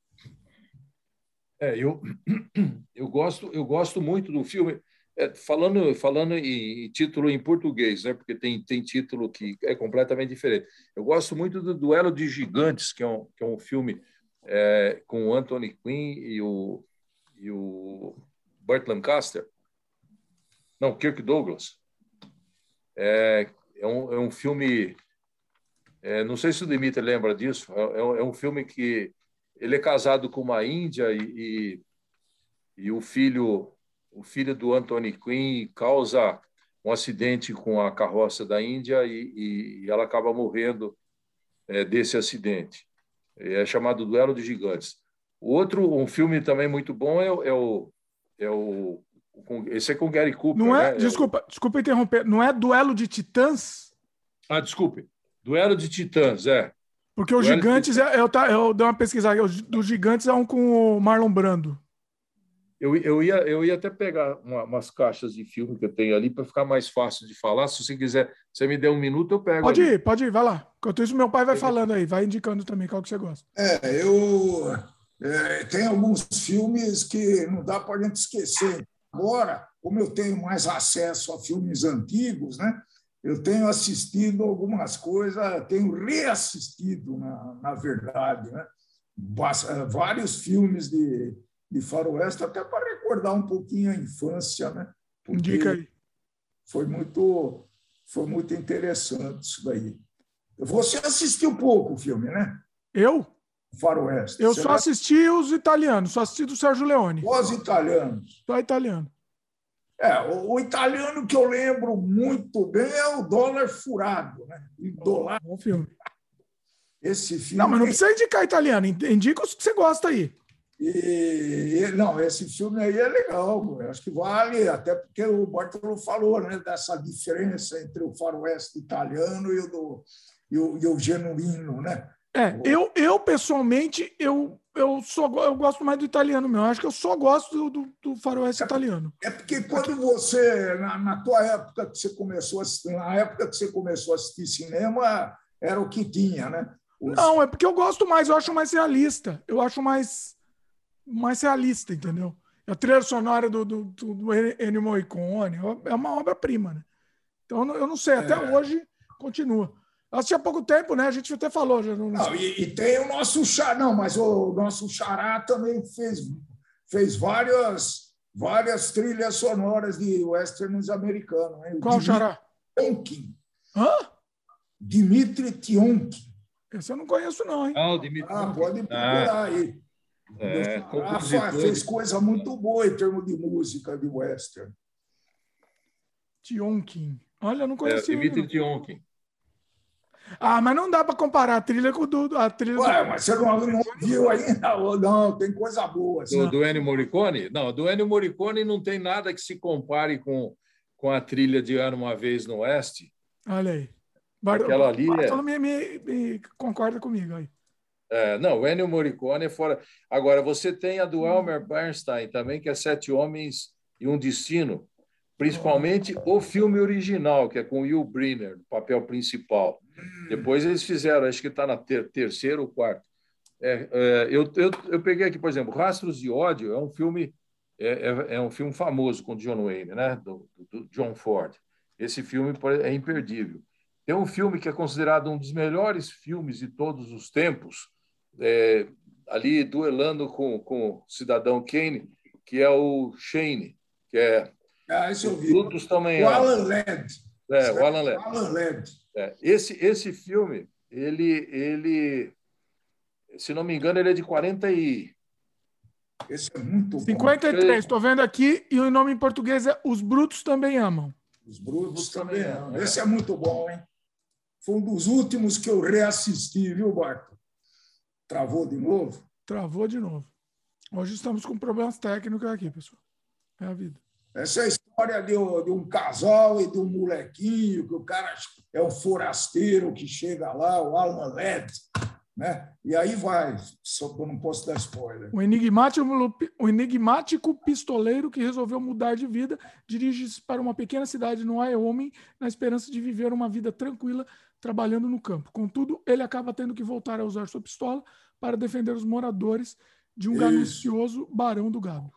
É, eu, eu, gosto, eu gosto muito do filme. É, falando falando em título em português, né? Porque tem, tem título que é completamente diferente. Eu gosto muito do Duelo de Gigantes, que é um, que é um filme é, com o Anthony Quinn e o, e o Burt Lancaster. Não, Kirk Douglas. É, é, um, é um filme... É, não sei se o Dimitri lembra disso. É, é um filme que ele é casado com uma índia e, e, e o filho... O filho do Anthony Quinn causa um acidente com a carroça da Índia e, e ela acaba morrendo é, desse acidente. É chamado Duelo de Gigantes. O outro, um filme também muito bom é, é o... É o esse é com Gary Cooper. Não é, né? desculpa, é o... desculpa interromper. Não é Duelo de Titãs? Ah, desculpe. Duelo de Titãs, é. Porque os Duelo Gigantes, de... eu, eu, eu dei uma pesquisada, dos Gigantes é um com o Marlon Brando. Eu, eu, ia, eu ia até pegar uma, umas caixas de filme que eu tenho ali para ficar mais fácil de falar. Se você quiser, você me der um minuto, eu pego. Pode ali. ir, pode ir, vai lá. Enquanto isso, meu pai vai falando aí, vai indicando também qual que você gosta. É, eu é, tem alguns filmes que não dá para a gente esquecer. Agora, como eu tenho mais acesso a filmes antigos, né? Eu tenho assistido algumas coisas, tenho reassistido, na, na verdade, né? Vários filmes de, de faroeste, até para recordar um pouquinho a infância, né? Porque Indica aí. Foi muito, foi muito interessante isso daí. Você assistiu pouco o filme, né? Eu? Faroeste. Eu Você só assisti os italianos, só assisti do Sérgio Leone. Os italianos. Só italiano. É, o, o italiano que eu lembro muito bem é o Dólar Furado, né? O dólar... Bom filme. Esse filme. Não, mas não precisa indicar italiano, indica os que você gosta aí. E, e, não, esse filme aí é legal, eu acho que vale, até porque o Bartolo falou, né, dessa diferença entre o faroeste italiano e o, do, e o, e o genuíno, né? É, eu, eu pessoalmente, eu, eu, só, eu gosto mais do italiano mesmo. Eu acho que eu só gosto do, do, do faroeste é, italiano. É porque quando você, na, na tua época que você começou a assistir, na época que você começou a assistir cinema, era o que tinha, né? Os... Não, é porque eu gosto mais, eu acho mais realista. Eu acho mais, mais realista, entendeu? A trilha sonora do, do, do, do Ennio Morricone é uma obra-prima, né? Então, eu não sei, até é. hoje continua. Eu assisti há pouco tempo, né? A gente até falou. Já não... Não, e, e tem o nosso xará, não, mas o nosso xará também fez, fez várias, várias trilhas sonoras de westerns americanos. Né? Qual xará? Tionkin. Hã? Dmitry Tionkin. Esse eu não conheço, não, hein? Ah, o Dimitri. Ah, pode procurar ah, aí. É, Rafa fez coisa muito boa em termos de música de western. Tionkin. Olha, eu não conhecia. É, Dmitry Tionkin. Ah, mas não dá para comparar a trilha com do, a trilha. Ué, do... mas você não, não viu ainda? Não, tem coisa boa. Assim. Do, do Ennio Morricone? Não, do Ennio Morricone não tem nada que se compare com, com a trilha de Era Uma Vez no Oeste. Olha aí. Bar... Aquela ali Bartolo é... me, me, me concorda comigo aí. É, não, o Ennio Morricone é fora. Agora, você tem a do Elmer Bernstein também, que é Sete Homens e um Destino. Principalmente o filme original, que é com Will Brynner, no papel principal. Hum. Depois eles fizeram, acho que está na ter, terceiro ou quarto. É, é, eu, eu, eu peguei aqui, por exemplo, Rastros de Ódio é um filme é, é, é um filme famoso com John Wayne, né? do, do John Ford. Esse filme é imperdível. Tem um filme que é considerado um dos melhores filmes de todos os tempos, é, ali duelando com, com o Cidadão Kane, que é o Shane, que é Ah, esse eu vi. Brutos também. O Alan Ladd. É, o Alan Ladd. Alan Ladd. É, esse, esse filme, ele, ele, se não me engano, ele é de quarenta e... Esse é muito cinquenta e três, estou vendo aqui, e o nome em português é Os Brutos Também Amam. Os Brutos Também Amam. É. Esse é muito bom, hein? Foi um dos últimos que eu reassisti, viu, Barto? Travou de novo? Travou de novo. Hoje estamos com problemas técnicos aqui, pessoal. É a vida. Essa é a história de um, de um casal e de um molequinho, que o cara é um forasteiro que chega lá, o Alan Ladd, né? E aí vai, só que eu não posso dar spoiler. O enigmático, o enigmático pistoleiro que resolveu mudar de vida dirige-se para uma pequena cidade no Wyoming na esperança de viver uma vida tranquila trabalhando no campo. Contudo, ele acaba tendo que voltar a usar sua pistola para defender os moradores de um Isso. ganancioso barão do gado.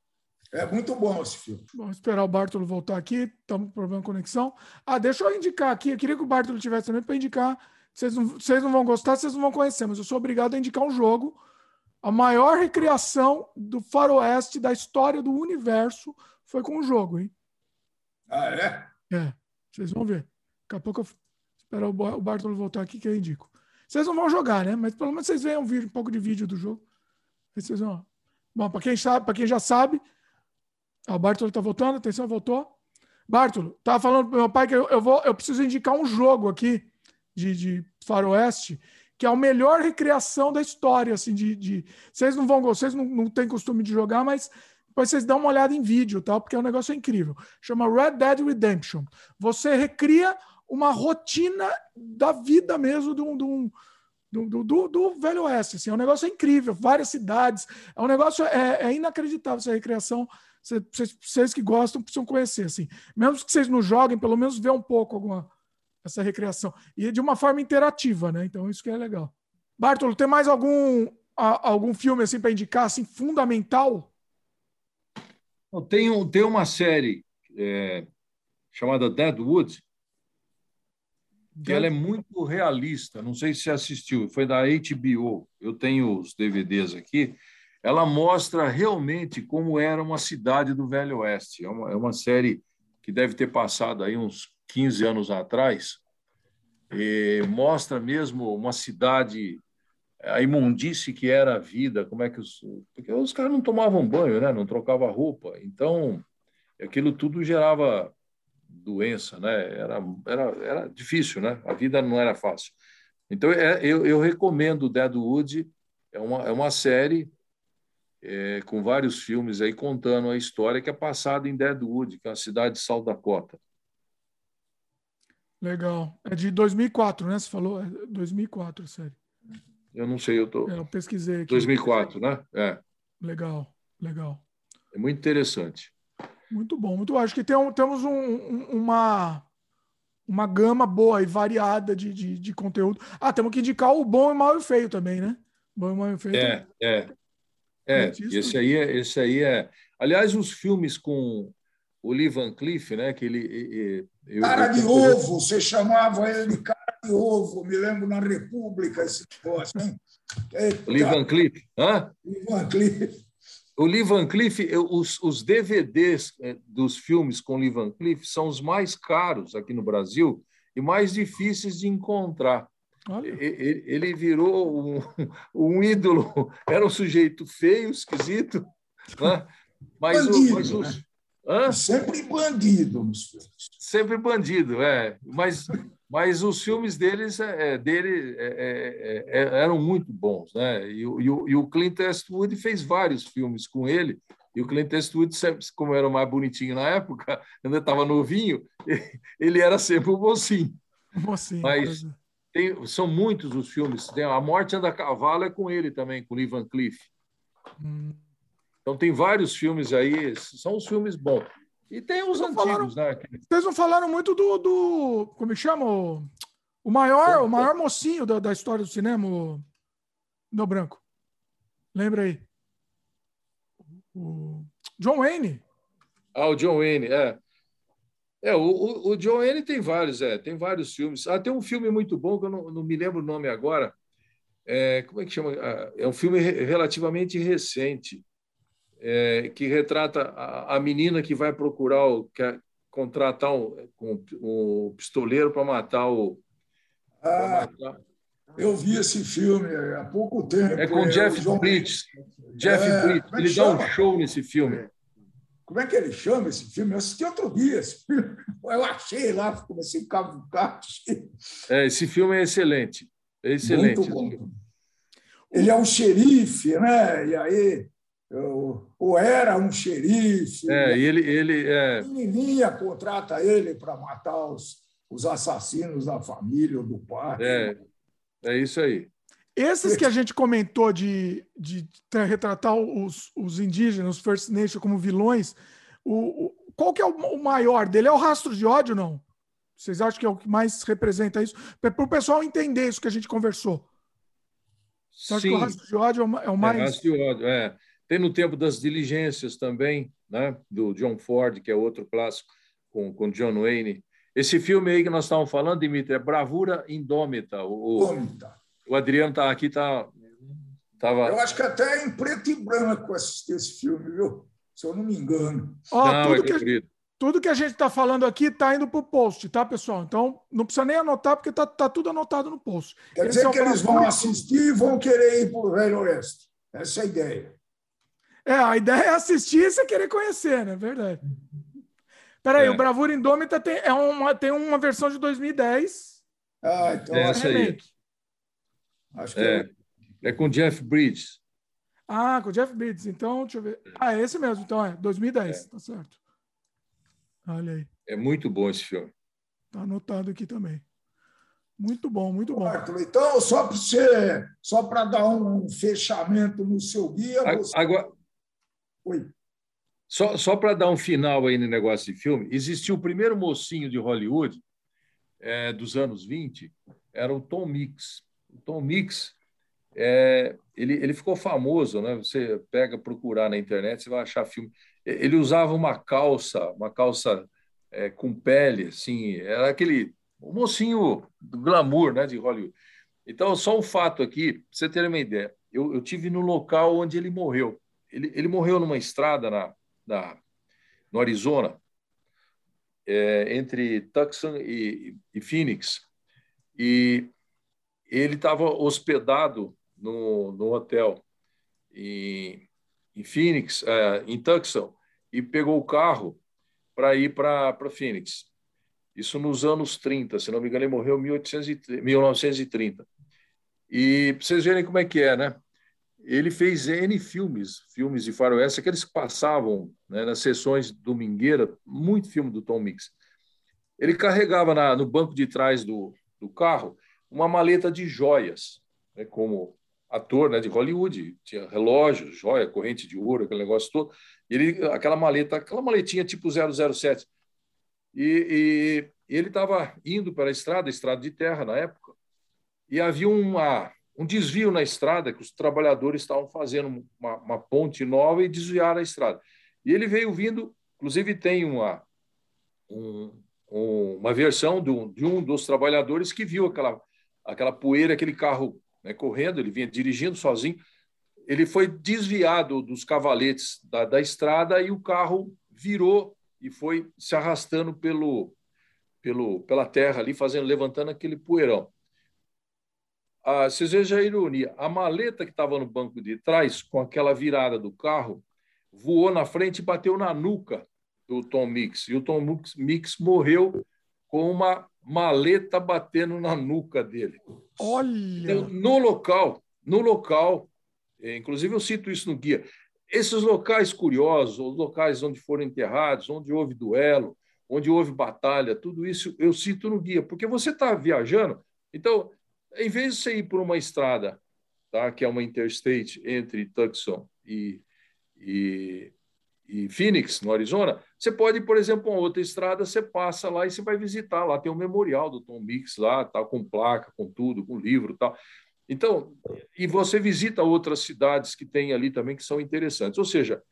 É muito bom esse filme. Vamos esperar o Bartolo voltar aqui. Estamos com problema de conexão. Ah, deixa eu indicar aqui. Eu queria que o Bartolo tivesse também para indicar. Vocês não, vocês não vão gostar, vocês não vão conhecer, mas eu sou obrigado a indicar um jogo. A maior recriação do faroeste da história do universo foi com o jogo, hein? Ah, é? É. Vocês vão ver. Daqui a pouco eu esperar o Bartolo voltar aqui que eu indico. Vocês não vão jogar, né? Mas pelo menos vocês veem um, vídeo, um pouco de vídeo do jogo. Aí vocês vão... Bom, para quem sabe, para quem já sabe, ah, o Bartolo está voltando, atenção, voltou. Bartolo, estava falando para meu pai que eu, eu, vou, eu preciso indicar um jogo aqui de, de faroeste, que é a melhor recriação da história. Assim, de, de... Vocês não vão vocês não, não têm costume de jogar, mas depois vocês dão uma olhada em vídeo, tá? Porque é um negócio incrível. Chama Red Dead Redemption. Você recria uma rotina da vida mesmo de um, de um, do, do, do, do Velho Oeste. Assim, é um negócio incrível, várias cidades. É um negócio é, é inacreditável essa recreação. Vocês, vocês que gostam precisam conhecer. Assim. Mesmo que vocês não joguem, pelo menos ver um pouco alguma, essa recreação. E de uma forma interativa, né? Então, isso que é legal. Bartolo, tem mais algum, a, algum filme assim, para indicar, assim, fundamental? Tem, um, tem uma série é, chamada Deadwood, que ela é muito realista. Não sei se você assistiu, foi da H B O. Eu tenho os D V Ds aqui. Ela mostra realmente como era uma cidade do Velho Oeste. É uma, é uma série que deve ter passado aí uns quinze anos atrás. E mostra mesmo uma cidade, a imundície que era a vida, como é que os... Porque os caras não tomavam banho, né? Não trocavam roupa. Então, aquilo tudo gerava doença, né? Era, era, era difícil, né? A vida não era fácil. Então, é, eu, eu recomendo Deadwood. É uma, é uma série é, com vários filmes aí contando a história que é passada em Deadwood, que é a cidade de South Dakota. Legal. É de dois mil e quatro, né? Você falou? É dois mil e quatro, série. Eu não sei, eu tô... É, eu pesquisei aqui. dois mil e quatro, né? É. Legal, legal. É muito interessante. Muito bom, muito bom. Acho que tem um, temos um, um, uma, uma gama boa e variada de, de, de conteúdo. Ah, temos que indicar o bom, o mau e o feio também, né? Bom e o mau e o feio. É, é. É, esse aí é, esse aí é... Aliás, os filmes com o Lee Van Cleef, né? Que ele, eu, cara eu, de eu... ovo, você chamava ele de cara de ovo. Me lembro na República esse negócio, hein? O Lee Van Cleef, hã? Lee Van Cleef. O Lee Van Cleef, eu, os, os D V Ds dos filmes com Lee Van Cleef são os mais caros aqui no Brasil e mais difíceis de encontrar. Ele, ele virou um, um ídolo, era um sujeito feio, esquisito, né? Mas, bandido, o, mas os, né? hã? Sempre bandido nos filmes. Sempre bandido, é. Mas, mas os filmes deles, é, dele é, é, é, eram muito bons, né? E, e, e o Clint Eastwood fez vários filmes com ele. E o Clint Eastwood, sempre, como era o mais bonitinho na época, ainda estava novinho, ele era sempre o mocinho. Mocinho, mas tem, são muitos os filmes. Tem A Morte Anda a Cavalo é com ele também, com o Lee Van Cleef. Hum. Então tem vários filmes aí, são os filmes bons. E tem os antigos, falaram, né? Vocês não falaram muito do, do como é que chama? O, o maior, o maior mocinho da, da história do cinema, o No Branco. Lembra aí? O John Wayne. Ah, o John Wayne, é. É, o, o, o John Wayne tem vários, é, tem vários filmes. Ah, tem um filme muito bom que eu não, não me lembro o nome agora. É, como é que chama? É um filme relativamente recente. É, que retrata a, a menina que vai procurar, o, quer contratar o, um, um pistoleiro para matar o. Ah, matar. Eu vi esse filme há pouco tempo. É com é, Jeff John... Bridges. Jeff é, Bridges. Ele chama? dá um show nesse filme. Como é que ele chama esse filme? Eu assisti outro dia esse filme. Eu achei lá, comecei a cavucar. É, esse filme é excelente. É excelente. Muito bom. Ele é um xerife, né? E aí. Ou era um xerife. É, e ele, ele é... A menininha contrata ele para matar os, os assassinos da família ou do pai. É, é isso aí. Esses que a gente comentou de, de retratar os, os indígenas, os First Nation, como vilões, o, o, qual que é o, o maior dele? É o Rastro de Ódio, não? Vocês acham que é o que mais representa isso? Para o pessoal entender isso que a gente conversou. Você acha que o Rastro de Ódio é o mais... É, Rastro de Ódio, é. Tem No Tempo das Diligências também, né? Do John Ford, que é outro clássico, com, com John Wayne. Esse filme aí que nós estávamos falando, Dimitri, é Bravura Indômita. O, Indômita. o Adriano está aqui, tá, tava... Eu acho que até em preto e branco assisti esse filme, viu? Se eu não me engano. Oh, não, tudo, é que a, tudo que a gente está falando aqui está indo para o post, tá, pessoal? Então, não precisa nem anotar, porque está tá tudo anotado no post. Quer Esse dizer é que eles vão assistir e vão querer ir para o Velho Oeste. Essa é a ideia. É, a ideia é assistir e você querer conhecer, né? Verdade. Peraí, é. o Bravura Indômita tem, é uma, tem uma versão de dois mil e dez. Ah, então é essa aí. Acho que é, é. é com Jeff Bridges. Ah, com Jeff Bridges. Então, deixa eu ver. Ah, é esse mesmo. Então, é dois mil e dez. É. Tá certo. Olha aí. É muito bom esse filme. Tá anotado aqui também. Muito bom, muito bom. Arthur, então, só para você, só para dar um fechamento no seu guia, você... Agora, Oi. Só, só para dar um final aí no negócio de filme, existiu o primeiro mocinho de Hollywood, é, dos anos vinte, era o Tom Mix. O Tom Mix, é, ele, ele ficou famoso, né? Você pega, procurar na internet, você vai achar filme. Ele usava uma calça, uma calça é, com pele, assim, era aquele o mocinho do glamour, né, de Hollywood. Então, só um fato aqui, para você ter uma ideia, eu, eu tive no local onde ele morreu. Ele, ele morreu numa estrada na Da, no Arizona, é, entre Tucson e, e Phoenix, e ele estava hospedado no, no hotel em, em Phoenix, é, em Tucson, e pegou o carro para ir para Phoenix. Isso nos anos trinta, se não me engano, ele morreu em mil novecentos e trinta. E para vocês verem como é que é, né? Ele fez N filmes, filmes de faroeste, aqueles que passavam, né, nas sessões domingueiras, muito filme do Tom Mix. Ele carregava na, no banco de trás do, do carro uma maleta de joias, né, como ator, né, de Hollywood, tinha relógio, joia, corrente de ouro, aquele negócio todo. Ele, aquela maleta, aquela maletinha tipo zero zero sete. E, e ele estava indo para a estrada, estrada de terra na época, e havia uma... um desvio na estrada, que os trabalhadores estavam fazendo uma, uma ponte nova e desviaram a estrada. E ele veio vindo, inclusive tem uma, um, uma versão de um, de um dos trabalhadores que viu aquela, aquela poeira, aquele carro, né, correndo, ele vinha dirigindo sozinho, ele foi desviado dos cavaletes da, da estrada e o carro virou e foi se arrastando pelo, pelo, pela terra ali, fazendo, levantando aquele poeirão. Ah, vocês vejam a ironia, a maleta que estava no banco de trás, com aquela virada do carro, voou na frente e bateu na nuca do Tom Mix. E o Tom Mix, Mix morreu com uma maleta batendo na nuca dele. Olha! Então, no local, no local, inclusive eu cito isso no guia, esses locais curiosos, os locais onde foram enterrados, onde houve duelo, onde houve batalha, tudo isso eu cito no guia, porque você está viajando, então... Em vez de você ir por uma estrada, tá, que é uma interstate entre Tucson e, e, e Phoenix, no Arizona, você pode ir, por exemplo, uma outra estrada, você passa lá e você vai visitar. Lá tem um memorial do Tom Mix, lá, tá, com placa, com tudo, com livro e tal. Então, e você visita outras cidades que tem ali também que são interessantes. Ou seja,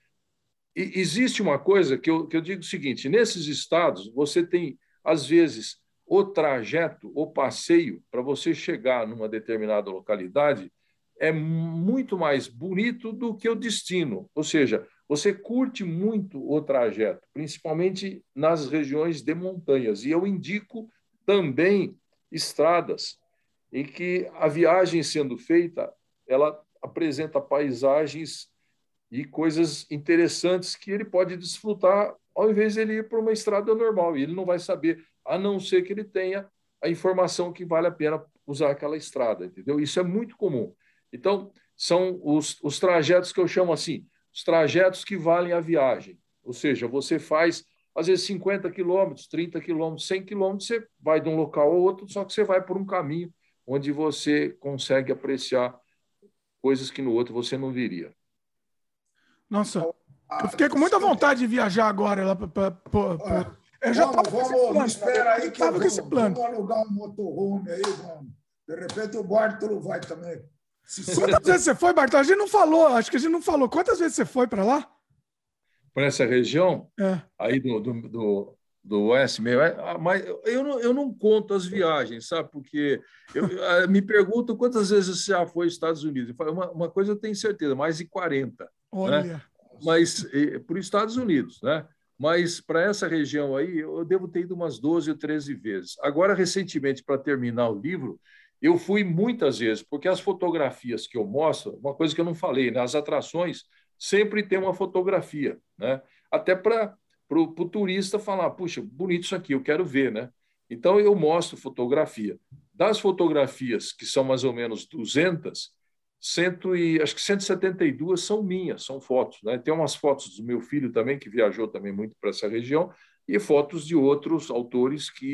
existe uma coisa que eu, que eu digo o seguinte, nesses estados você tem, às vezes... o trajeto, o passeio, para você chegar numa determinada localidade, é muito mais bonito do que o destino. Ou seja, você curte muito o trajeto, principalmente nas regiões de montanhas. E eu indico também estradas em que a viagem sendo feita, ela apresenta paisagens e coisas interessantes que ele pode desfrutar ao invés de ele ir para uma estrada normal. E ele não vai saber, a não ser que ele tenha a informação que vale a pena usar aquela estrada, entendeu? Isso é muito comum. Então, são os, os trajetos que eu chamo assim, os trajetos que valem a viagem. Ou seja, você faz, às vezes, cinquenta quilômetros, trinta quilômetros, cem quilômetros, você vai de um local ao outro, só que você vai por um caminho onde você consegue apreciar coisas que no outro você não viria. Nossa, eu fiquei com muita vontade de viajar agora lá para... Eu já vamos, vamos, me espera aí que eu vou, esse plano. Vamos alugar um motorhome aí, vamos. De repente o Bartolo vai também. Se Quantas vezes você foi, Bartolo? A gente não falou, acho que a gente não falou. Quantas vezes você foi para lá? Para essa região? É. Aí do, do, do, do Oeste meio. Mas eu não, eu não conto as viagens, sabe? Porque eu, me perguntam quantas vezes você já foi aos Estados Unidos. Uma, uma coisa eu tenho certeza, mais de quarenta. Olha. Né? Mas para os Estados Unidos, né? Mas para essa região aí, eu devo ter ido umas doze ou treze vezes. Agora, recentemente, para terminar o livro, eu fui muitas vezes, porque as fotografias que eu mostro, uma coisa que eu não falei, nas atrações sempre tem uma fotografia, né? Até para o turista falar, puxa, bonito isso aqui, eu quero ver, né? Então, eu mostro fotografia. Das fotografias, que são mais ou menos duzentas, Cento e, acho que cento e setenta e duas são minhas, são fotos. Né? Tem umas fotos do meu filho também, que viajou também muito para essa região, e fotos de outros autores que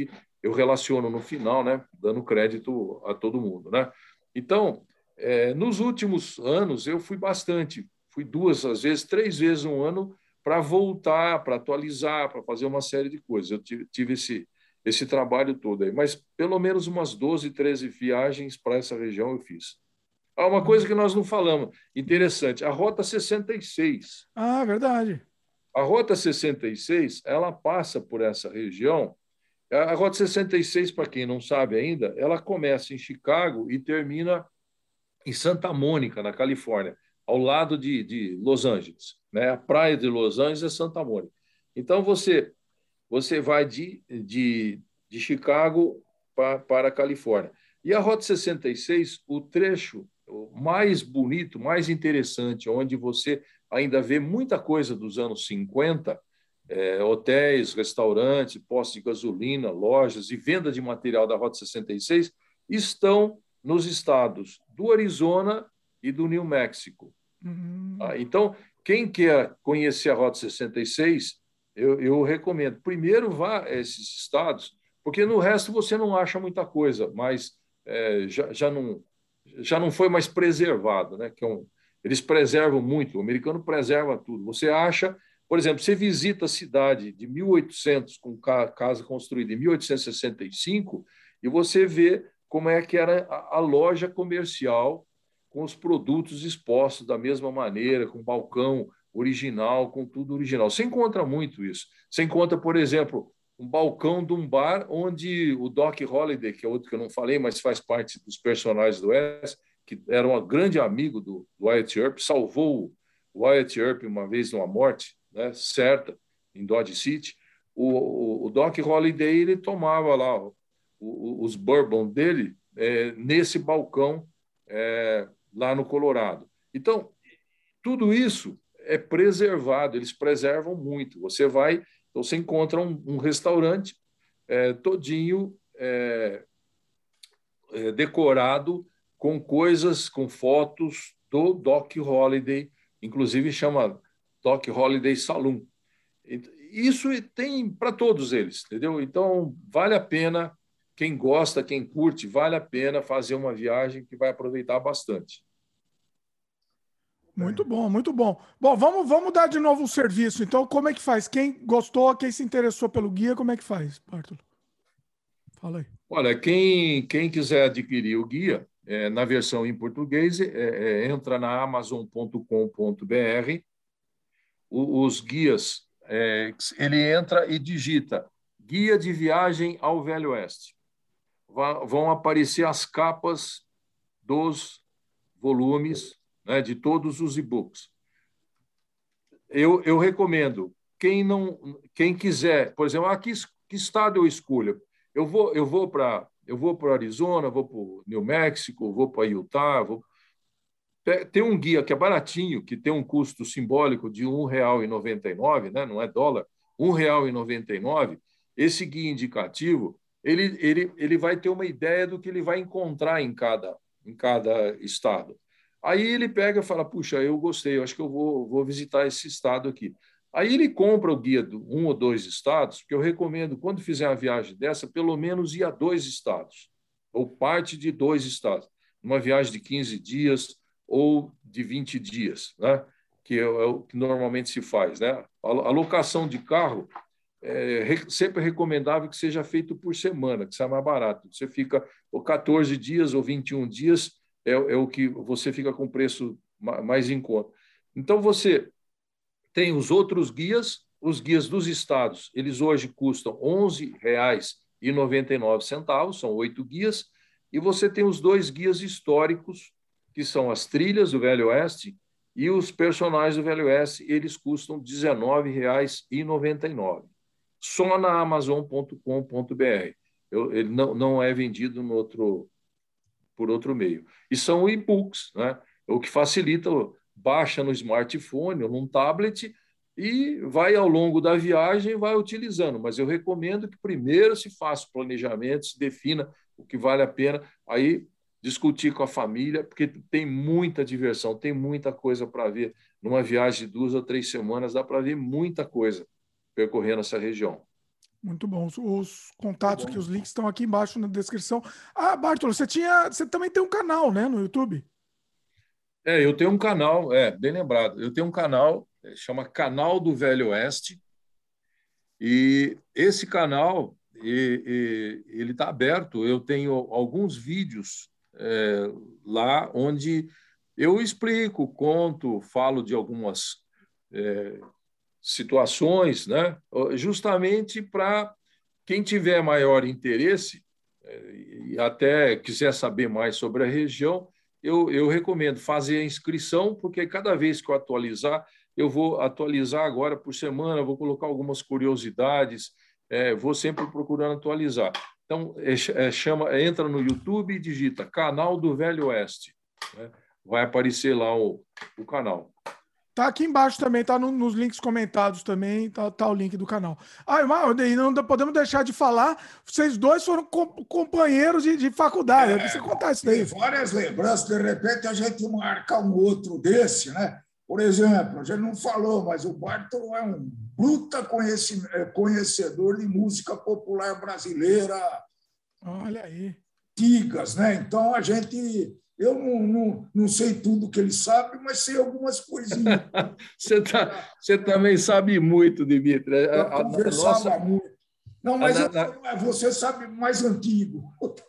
eu relaciono no final, né, dando crédito a todo mundo, né? Então, é, nos últimos anos, eu fui bastante, fui duas, às vezes, três vezes um ano para voltar, para atualizar, para fazer uma série de coisas. Eu tive, tive esse, esse trabalho todo aí, mas pelo menos umas doze, treze viagens para essa região eu fiz. Ah, uma coisa que nós não falamos, interessante, a Rota sessenta e seis. Ah, verdade. A Rota sessenta e seis, ela passa por essa região. A Rota sessenta e seis, para quem não sabe ainda, ela começa em Chicago e termina em Santa Mônica, na Califórnia, ao lado de, de Los Angeles, né? A praia de Los Angeles é Santa Mônica. Então, você, você vai de, de, de Chicago para, para a Califórnia. E a Rota sessenta e seis, o trecho mais bonito, mais interessante, onde você ainda vê muita coisa dos anos cinquenta, é, hotéis, restaurantes, postos de gasolina, lojas e venda de material da Rota sessenta e seis, estão nos estados do Arizona e do New Mexico. Uhum. Ah, então, quem quer conhecer a Rota sessenta e seis, eu, eu recomendo. Primeiro, vá a esses estados, porque no resto você não acha muita coisa, mas é, já, já, não, já não foi mais preservado, né? Que é um, eles preservam muito, o americano preserva tudo. Você acha, por exemplo, você visita a cidade de mil e oitocentos, com casa construída em mil oitocentos e sessenta e cinco, e você vê como é que era a, a loja comercial com os produtos expostos da mesma maneira, com balcão original, com tudo original. Você encontra muito isso. Você encontra, por exemplo, um balcão de um bar onde o Doc Holliday, que é outro que eu não falei, mas faz parte dos personagens do Wes, que era um grande amigo do Wyatt Earp, salvou o Wyatt Earp uma vez numa morte, né, certa, em Dodge City. O, o, o Doc Holliday, ele tomava lá o, o, os bourbon dele é, nesse balcão é, lá no Colorado. Então, tudo isso é preservado, eles preservam muito. Você vai, então você encontra um, um restaurante é, todinho é, é, decorado com coisas, com fotos do Doc Holliday, inclusive chama Doc Holliday Saloon. Isso tem para todos eles, entendeu? Então, vale a pena, quem gosta, quem curte, vale a pena fazer uma viagem que vai aproveitar bastante. Muito bom, muito bom. Bom, vamos, vamos dar de novo o serviço. Então, como é que faz? Quem gostou, quem se interessou pelo guia, como é que faz, Bártolo? Fala aí. Olha, quem, quem quiser adquirir o guia, é, na versão em português, é, é, entra na amazon ponto com ponto br. O, os guias, é, ele entra e digita Guia de Viagem ao Velho Oeste. Va, vão aparecer as capas dos volumes, né, de todos os e-books. Eu, eu recomendo, quem, não, quem quiser, por exemplo, ah, que, que estado eu escolho? Eu vou, eu vou para eu vou para Arizona, vou para o New Mexico, vou para Utah. Vou... Tem um guia que é baratinho, que tem um custo simbólico de um real e noventa e nove, né? Não é dólar, um real e noventa e nove. Esse guia indicativo, ele, ele, ele vai ter uma ideia do que ele vai encontrar em cada, em cada estado. Aí ele pega e fala, puxa, eu gostei, eu acho que eu vou, vou visitar esse estado aqui. Aí ele compra o guia de um ou dois estados, porque eu recomendo, quando fizer uma viagem dessa, pelo menos ir a dois estados, ou parte de dois estados. Uma viagem de quinze dias ou de vinte dias, né? Que é, é o que normalmente se faz, né? A, a locação de carro é re, sempre recomendável que seja feito por semana, que seja mais barato. Você fica ou quatorze dias ou vinte e um dias, é, é o que você fica com preço mais em conta. Então, você tem os outros guias, os guias dos estados, eles hoje custam onze reais e noventa e nove centavos, são oito guias, e você tem os dois guias históricos, que são as trilhas do Velho Oeste e os personagens do Velho Oeste, eles custam dezenove reais e noventa e nove centavos, só na amazon ponto com ponto br. Ele não, não é vendido no outro, por outro meio. E são e-books, né? O que facilita, baixa no smartphone ou num tablet e vai ao longo da viagem, vai utilizando. Mas eu recomendo que primeiro se faça o planejamento, se defina o que vale a pena, aí discutir com a família, porque tem muita diversão, tem muita coisa para ver. Numa viagem de duas ou três semanas, dá para ver muita coisa percorrendo essa região. Muito bom. Os, os contatos, bom. Que os links estão aqui embaixo na descrição. Ah, Bartolo, você tinha, você também tem um canal, né, no YouTube? É, eu tenho um canal, é, bem lembrado. Eu tenho um canal, chama Canal do Velho Oeste, e esse canal, e, e, ele está aberto. Eu tenho alguns vídeos é, lá onde eu explico, conto, falo de algumas é, situações, né? Justamente para quem tiver maior interesse é, e até quiser saber mais sobre a região, Eu, eu recomendo fazer a inscrição, porque cada vez que eu atualizar, eu vou atualizar agora por semana, vou colocar algumas curiosidades, é, vou sempre procurando atualizar. Então, é, é, chama, entra no YouTube e digita Canal do Velho Oeste. Né? Vai aparecer lá o, o canal. Tá aqui embaixo também, tá no, nos links comentados também, tá, tá o link do canal. Ah, e não podemos deixar de falar, vocês dois foram com, companheiros de, de faculdade, é, você contar isso daí. Tem várias lembranças, de repente a gente marca um outro desse, né? Por exemplo, a gente não falou, mas o Bartolo é um bruta conhecedor de música popular brasileira. Olha aí. Antigas, né? Então a gente... Eu não, não, não sei tudo que ele sabe, mas sei algumas coisinhas. você, tá, você também sabe muito, Dimitri. Eu conversava nossa... muito. Não, mas a, eu, a... você sabe mais antigo.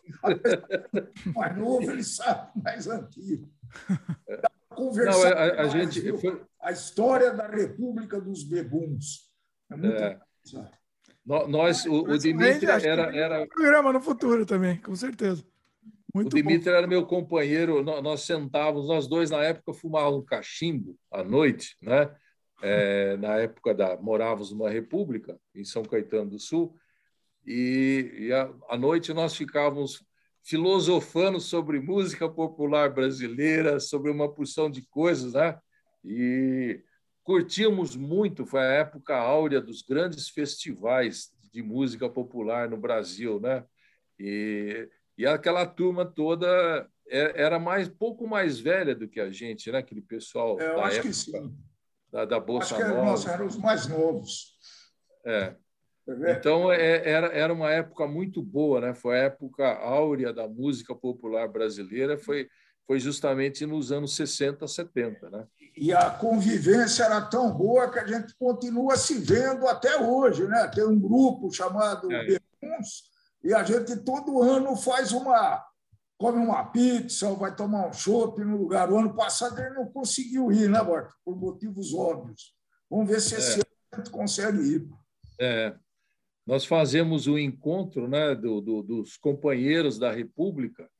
Mais novo, ele sabe mais antigo. Conversar não, a, a, gente... a história da República dos Bebuns. É muito é. Nós, o, o Dimitri era... era... programa no futuro também, com certeza. Muito o Dimitri bom. era meu companheiro, nós sentávamos, nós dois, na época, fumávamos cachimbo à noite, né? É, na época da... morávamos numa república, em São Caetano do Sul, e, e à, à noite nós ficávamos filosofando sobre música popular brasileira, sobre uma porção de coisas, né? E curtíamos muito, foi a época áurea dos grandes festivais de música popular no Brasil, né? E... E aquela turma toda era mais, pouco mais velha do que a gente, né? Aquele pessoal é, eu da acho época que sim. da, da Bossa acho que Nova. Nós éramos os mais novos. É. Então, é, era, era uma época muito boa, né? Foi a época áurea da música popular brasileira, foi, foi justamente nos anos sessenta, setenta, né? E a convivência era tão boa que a gente continua se vendo até hoje, né? Tem um grupo chamado É. Bebuns, e a gente todo ano faz uma... come uma pizza, ou vai tomar um chopp no lugar. O ano passado ele não conseguiu ir, né, Barto? Por motivos óbvios. Vamos ver se esse é. ano a gente consegue ir. É. Nós fazemos o encontro, né, do, do, dos companheiros da República,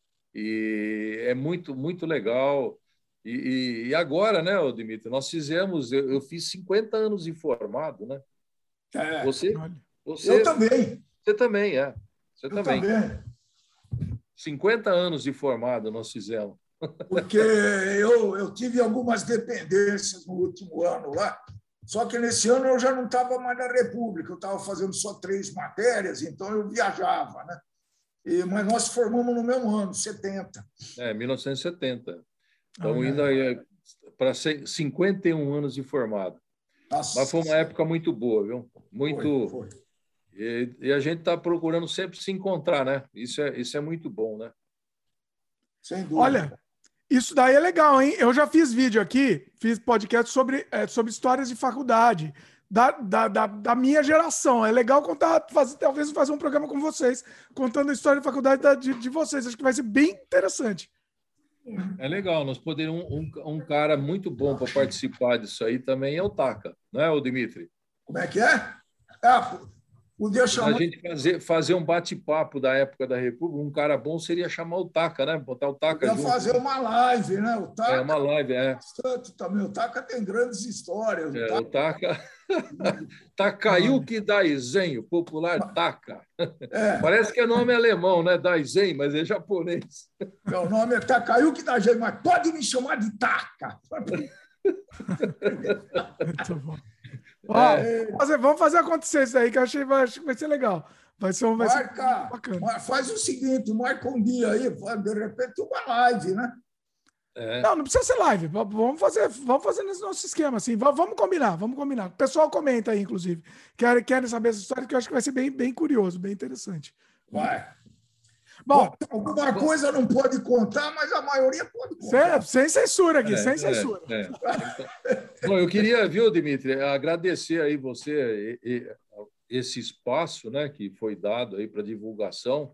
e é muito, muito legal. E, e, e agora, né, Dimitri, nós fizemos... Eu, eu fiz cinquenta anos de formado, né? É. Você, você... Eu também. Você também, é. Você Eu também. também. cinquenta anos de formado nós fizemos. Porque eu, eu tive algumas dependências no último ano lá, só que nesse ano eu já não estava mais na República, eu estava fazendo só três matérias, então eu viajava, né? E, mas nós formamos no mesmo ano, setenta. É, mil novecentos e setenta. Então, ah, ainda é para cinquenta e um anos de formado. Nossa, mas foi uma época muito boa, viu? Muito... Foi, foi. E, e a gente está procurando sempre se encontrar, né? Isso é, isso é muito bom, né? Sem dúvida. Olha, isso daí é legal, hein? Eu já fiz vídeo aqui, fiz podcast sobre, é, sobre histórias de faculdade, da, da, da, da minha geração. É legal contar, fazer, talvez fazer um programa com vocês, contando a história de faculdade da, de, de vocês. Acho que vai ser bem interessante. É legal, nós poderíamos um, um, um cara muito bom para participar disso aí também é o Taca, não é, o Dimitri? Como é que é? Ah, podia chamar... A gente fazer, fazer um bate-papo da época da República, um cara bom seria chamar o Taca, né? Botar o Taca junto. Fazer uma live, né? O Taca, é, uma live, é. Também. O Taca tem grandes histórias. É, o Taca... Takayuki Daizen, o popular Taka. É. Parece que é nome alemão, né? Daizen, mas é japonês. Meu nome é Takayuki Daizen, mas pode me chamar de Taka. Muito bom. Ó, é. fazer, vamos fazer acontecer isso aí, que eu achei vai, acho que vai ser legal. Vai ser, um, vai marca, ser bacana. Faz o seguinte, marca um dia aí, de repente uma live, né? É. Não, não precisa ser live. Vamos fazer, vamos fazer nesse nosso esquema, assim. Vamos combinar, vamos combinar. O pessoal comenta aí, inclusive. Querem, querem saber essa história, que eu acho que vai ser bem, bem curioso, bem interessante. Vai. Bom, alguma coisa não pode contar, mas a maioria pode contar. Sem, sem censura aqui, é, sem é, censura. É. Então, bom, eu queria, viu, Dimitri, agradecer aí você e, e, esse espaço, né, que foi dado aí para divulgação,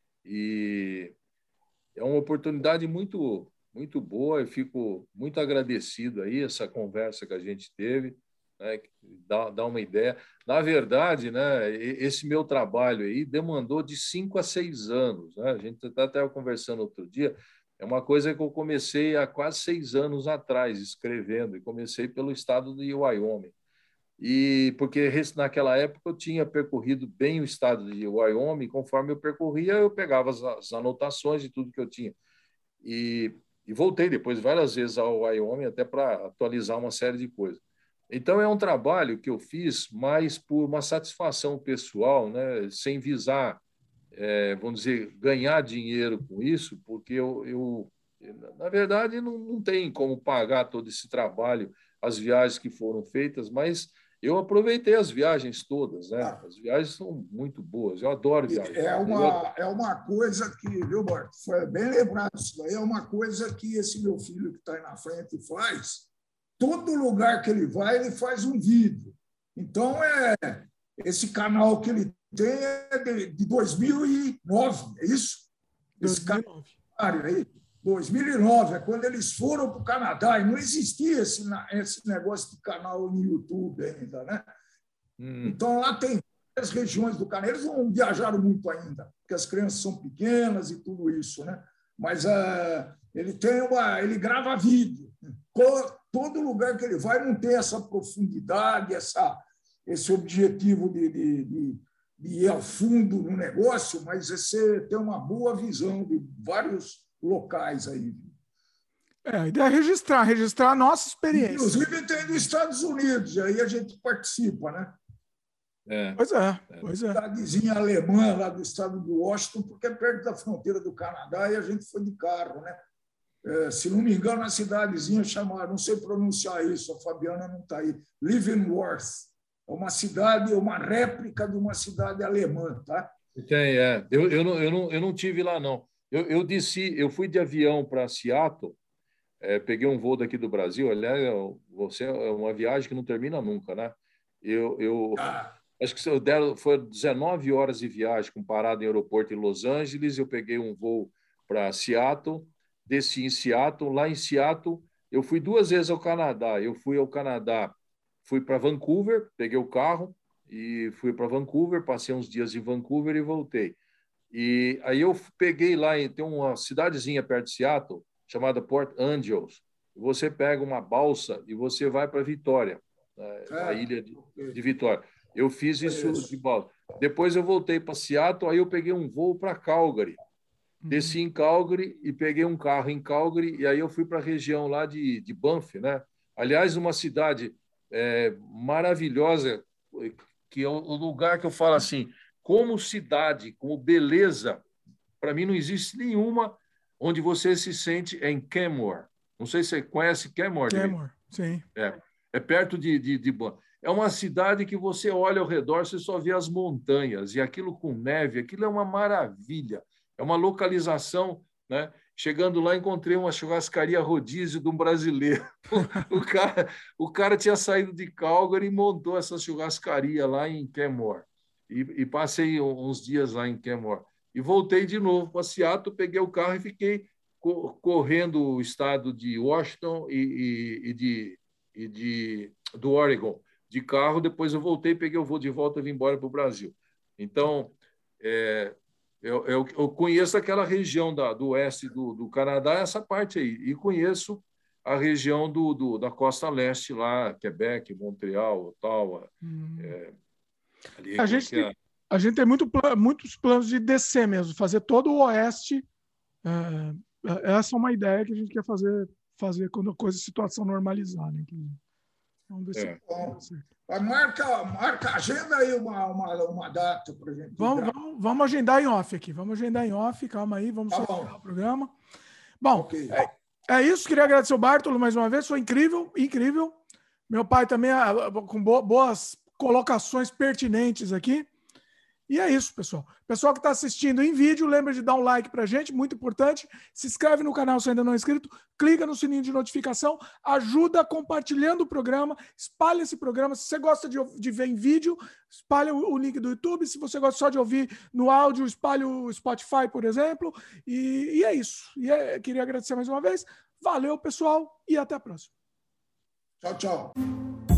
e é uma oportunidade muito muito boa. Eu fico muito agradecido aí essa conversa que a gente teve, né, dá, dá uma ideia. Na verdade, né, esse meu trabalho aí demandou de cinco a seis anos, né? A gente está até conversando outro dia. É uma coisa que eu comecei há quase seis anos atrás escrevendo, e comecei pelo estado de Wyoming. E porque naquela época eu tinha percorrido bem o estado de Wyoming, conforme eu percorria, eu pegava as, as anotações de tudo que eu tinha. E, e voltei depois várias vezes ao Wyoming até para atualizar uma série de coisas. Então é um trabalho que eu fiz mais por uma satisfação pessoal, né, sem visar, é, vamos dizer, ganhar dinheiro com isso, porque eu, eu na verdade, não, não tem como pagar todo esse trabalho, as viagens que foram feitas, mas eu aproveitei as viagens todas, né? As viagens são muito boas, eu adoro viajar. É uma, é uma coisa que, viu, Bart? Foi bem lembrado isso daí, é uma coisa que esse meu filho que está aí na frente faz. Todo lugar que ele vai, ele faz um vídeo. Então, é, esse canal que ele tem é de, de dois mil e nove, é isso? Esse canal aí. dois mil e nove, é quando eles foram para o Canadá, e não existia esse, esse negócio de canal no YouTube ainda, né? Hum. Então, lá tem as regiões do Canadá. Eles não viajaram muito ainda, porque as crianças são pequenas e tudo isso, né? Mas uh, ele tem uma, ele grava vídeo. Todo lugar que ele vai não tem essa profundidade, essa, esse objetivo de, de, de, de ir ao fundo no negócio, mas você tem uma boa visão de vários locais aí. É, a ideia é registrar, registrar a nossa experiência. Inclusive tem dos Estados Unidos, aí a gente participa, né? É. Pois é, pois é. Cidadezinha alemã lá do estado de Washington, porque é perto da fronteira do Canadá, e a gente foi de carro, né? É, se não me engano, a cidadezinha chamada, não sei pronunciar isso, a Fabiana não está aí, Leavenworth. É uma cidade, uma réplica de uma cidade alemã, tá? Tem, é. Eu, eu, não, eu, não, eu não tive lá, não. Eu, eu desci, eu fui de avião para Seattle, é, peguei um voo daqui do Brasil. Aliás, você é uma viagem que não termina nunca, né? Eu, eu ah. acho que deram, foi dezenove horas de viagem, com parada em aeroporto em Los Angeles. Eu peguei um voo para Seattle, desci em Seattle. Lá em Seattle, eu fui duas vezes ao Canadá. Eu fui ao Canadá, fui para Vancouver, peguei o carro e fui para Vancouver, passei uns dias em Vancouver e voltei. E aí eu peguei lá, tem uma cidadezinha perto de Seattle, chamada Port Angeles. Você pega uma balsa e você vai para Vitória, né, é, a ilha de, de Vitória. Eu fiz isso, isso de balsa. Depois eu voltei para Seattle, aí eu peguei um voo para Calgary. Desci em Calgary e peguei um carro em Calgary, e aí eu fui para a região lá de, de Banff, né? Aliás, uma cidade é, maravilhosa, que é o lugar que eu falo assim, como cidade, como beleza, para mim não existe nenhuma onde você se sente em Canmore. Não sei se você conhece Canmore. Canmore, sim. É, é perto de, de, de... É uma cidade que você olha ao redor, você só vê as montanhas, e aquilo com neve, aquilo é uma maravilha. É uma localização, né? Chegando lá, encontrei uma churrascaria rodízio de um brasileiro. O, o, cara, o cara tinha saído de Calgary e montou essa churrascaria lá em Canmore. E, e passei uns dias lá em Canmore. E voltei de novo para Seattle, peguei o carro e fiquei co correndo o estado de Washington e, e, e, de, e de, do Oregon de carro. Depois eu voltei, peguei o voo de volta e vim embora para o Brasil. Então, é, eu, eu, eu conheço aquela região da, do oeste do, do Canadá, essa parte aí, e conheço a região do, do, da costa leste lá, Quebec, Montreal, Ottawa. Hum. É, ali, a, gente tem, a gente tem muito, muitos planos de descer mesmo, fazer todo o oeste. É, essa é uma ideia que a gente quer fazer, fazer quando a coisa, a situação normalizar. Né? Vamos ver é. se marca, marca, agenda aí uma, uma, uma data para a gente. Vamos, vamos, vamos agendar em off aqui. Vamos agendar em off, calma aí, vamos tá soltar o programa. Bom, okay. é, É isso, queria agradecer o Bartolo mais uma vez, foi incrível, incrível. Meu pai também com boas colocações pertinentes aqui. E é isso, pessoal. Pessoal que está assistindo em vídeo, lembra de dar um like para a gente, muito importante. Se inscreve no canal se ainda não é inscrito, clica no sininho de notificação, ajuda compartilhando o programa, espalha esse programa. Se você gosta de, de ver em vídeo, espalha o, o link do YouTube. Se você gosta só de ouvir no áudio, espalha o Spotify, por exemplo. E, e é isso. E é, queria agradecer mais uma vez. Valeu, pessoal, e até a próxima. Tchau, tchau.